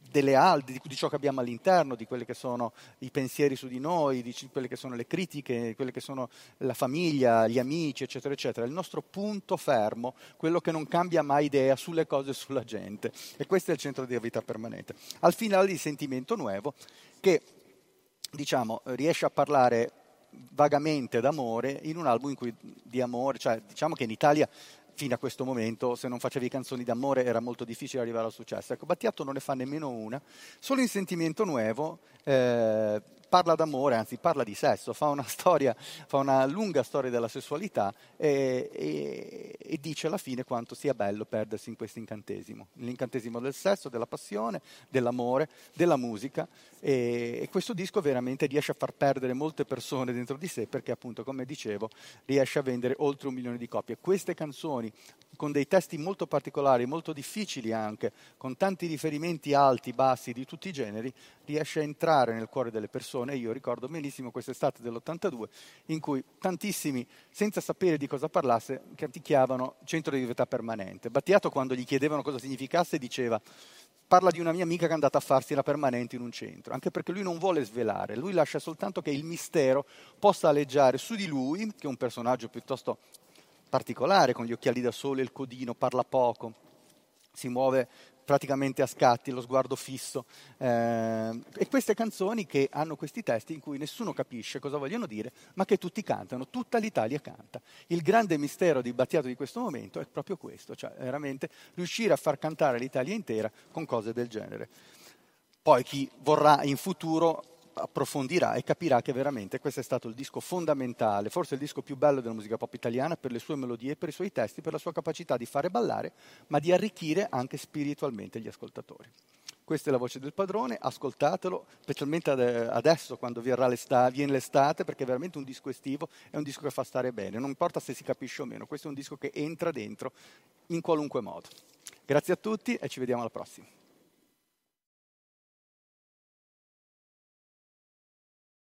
delle al, di, di ciò che abbiamo all'interno, di quelli che sono i pensieri su di noi, di quelle che sono le critiche, quelle che sono la famiglia, gli amici, eccetera, eccetera. Il nostro punto fermo, quello che non cambia mai idea sulle cose e sulla gente. E questo è il centro di vita permanente. Al finale il sentimento nuovo, che diciamo riesce a parlare vagamente d'amore in un album in cui di amore, cioè diciamo che in Italia fino a questo momento, se non facevi canzoni d'amore era molto difficile arrivare al successo. Ecco, Battiato non ne fa nemmeno una, solo in Sentimento Nuovo eh, parla d'amore, anzi parla di sesso, fa una storia, fa una lunga storia della sessualità e, e, e dice alla fine quanto sia bello perdersi in questo incantesimo, l'incantesimo del sesso, della passione, dell'amore, della musica, e, e questo disco veramente riesce a far perdere molte persone dentro di sé perché appunto, come dicevo, riesce a vendere oltre un milione di copie. Queste canzoni con dei testi molto particolari, molto difficili anche, con tanti riferimenti alti, bassi, di tutti i generi, riesce a entrare nel cuore delle persone. Io ricordo benissimo quest'estate dell'ottantadue, in cui tantissimi, senza sapere di cosa parlasse, canticchiavano Centro di Vita Permanente. Battiato, quando gli chiedevano cosa significasse, diceva: parla di una mia amica che è andata a farsi la permanente in un centro, anche perché lui non vuole svelare, lui lascia soltanto che il mistero possa aleggiare su di lui, che è un personaggio piuttosto particolare, con gli occhiali da sole, il codino, parla poco, si muove praticamente a scatti, lo sguardo fisso, eh, e queste canzoni che hanno questi testi in cui nessuno capisce cosa vogliono dire, ma che tutti cantano, tutta l'Italia canta. Il grande mistero di Battiato di questo momento è proprio questo, cioè veramente riuscire a far cantare l'Italia intera con cose del genere. Poi chi vorrà in futuro approfondirà e capirà che veramente questo è stato il disco fondamentale, forse il disco più bello della musica pop italiana, per le sue melodie, per i suoi testi, per la sua capacità di fare ballare, ma di arricchire anche spiritualmente gli ascoltatori. Questa è la voce del padrone, ascoltatelo, specialmente adesso quando verrà l'estate, viene l'estate, perché è veramente un disco estivo, è un disco che fa stare bene, non importa se si capisce o meno, questo è un disco che entra dentro in qualunque modo. Grazie a tutti e ci vediamo alla prossima.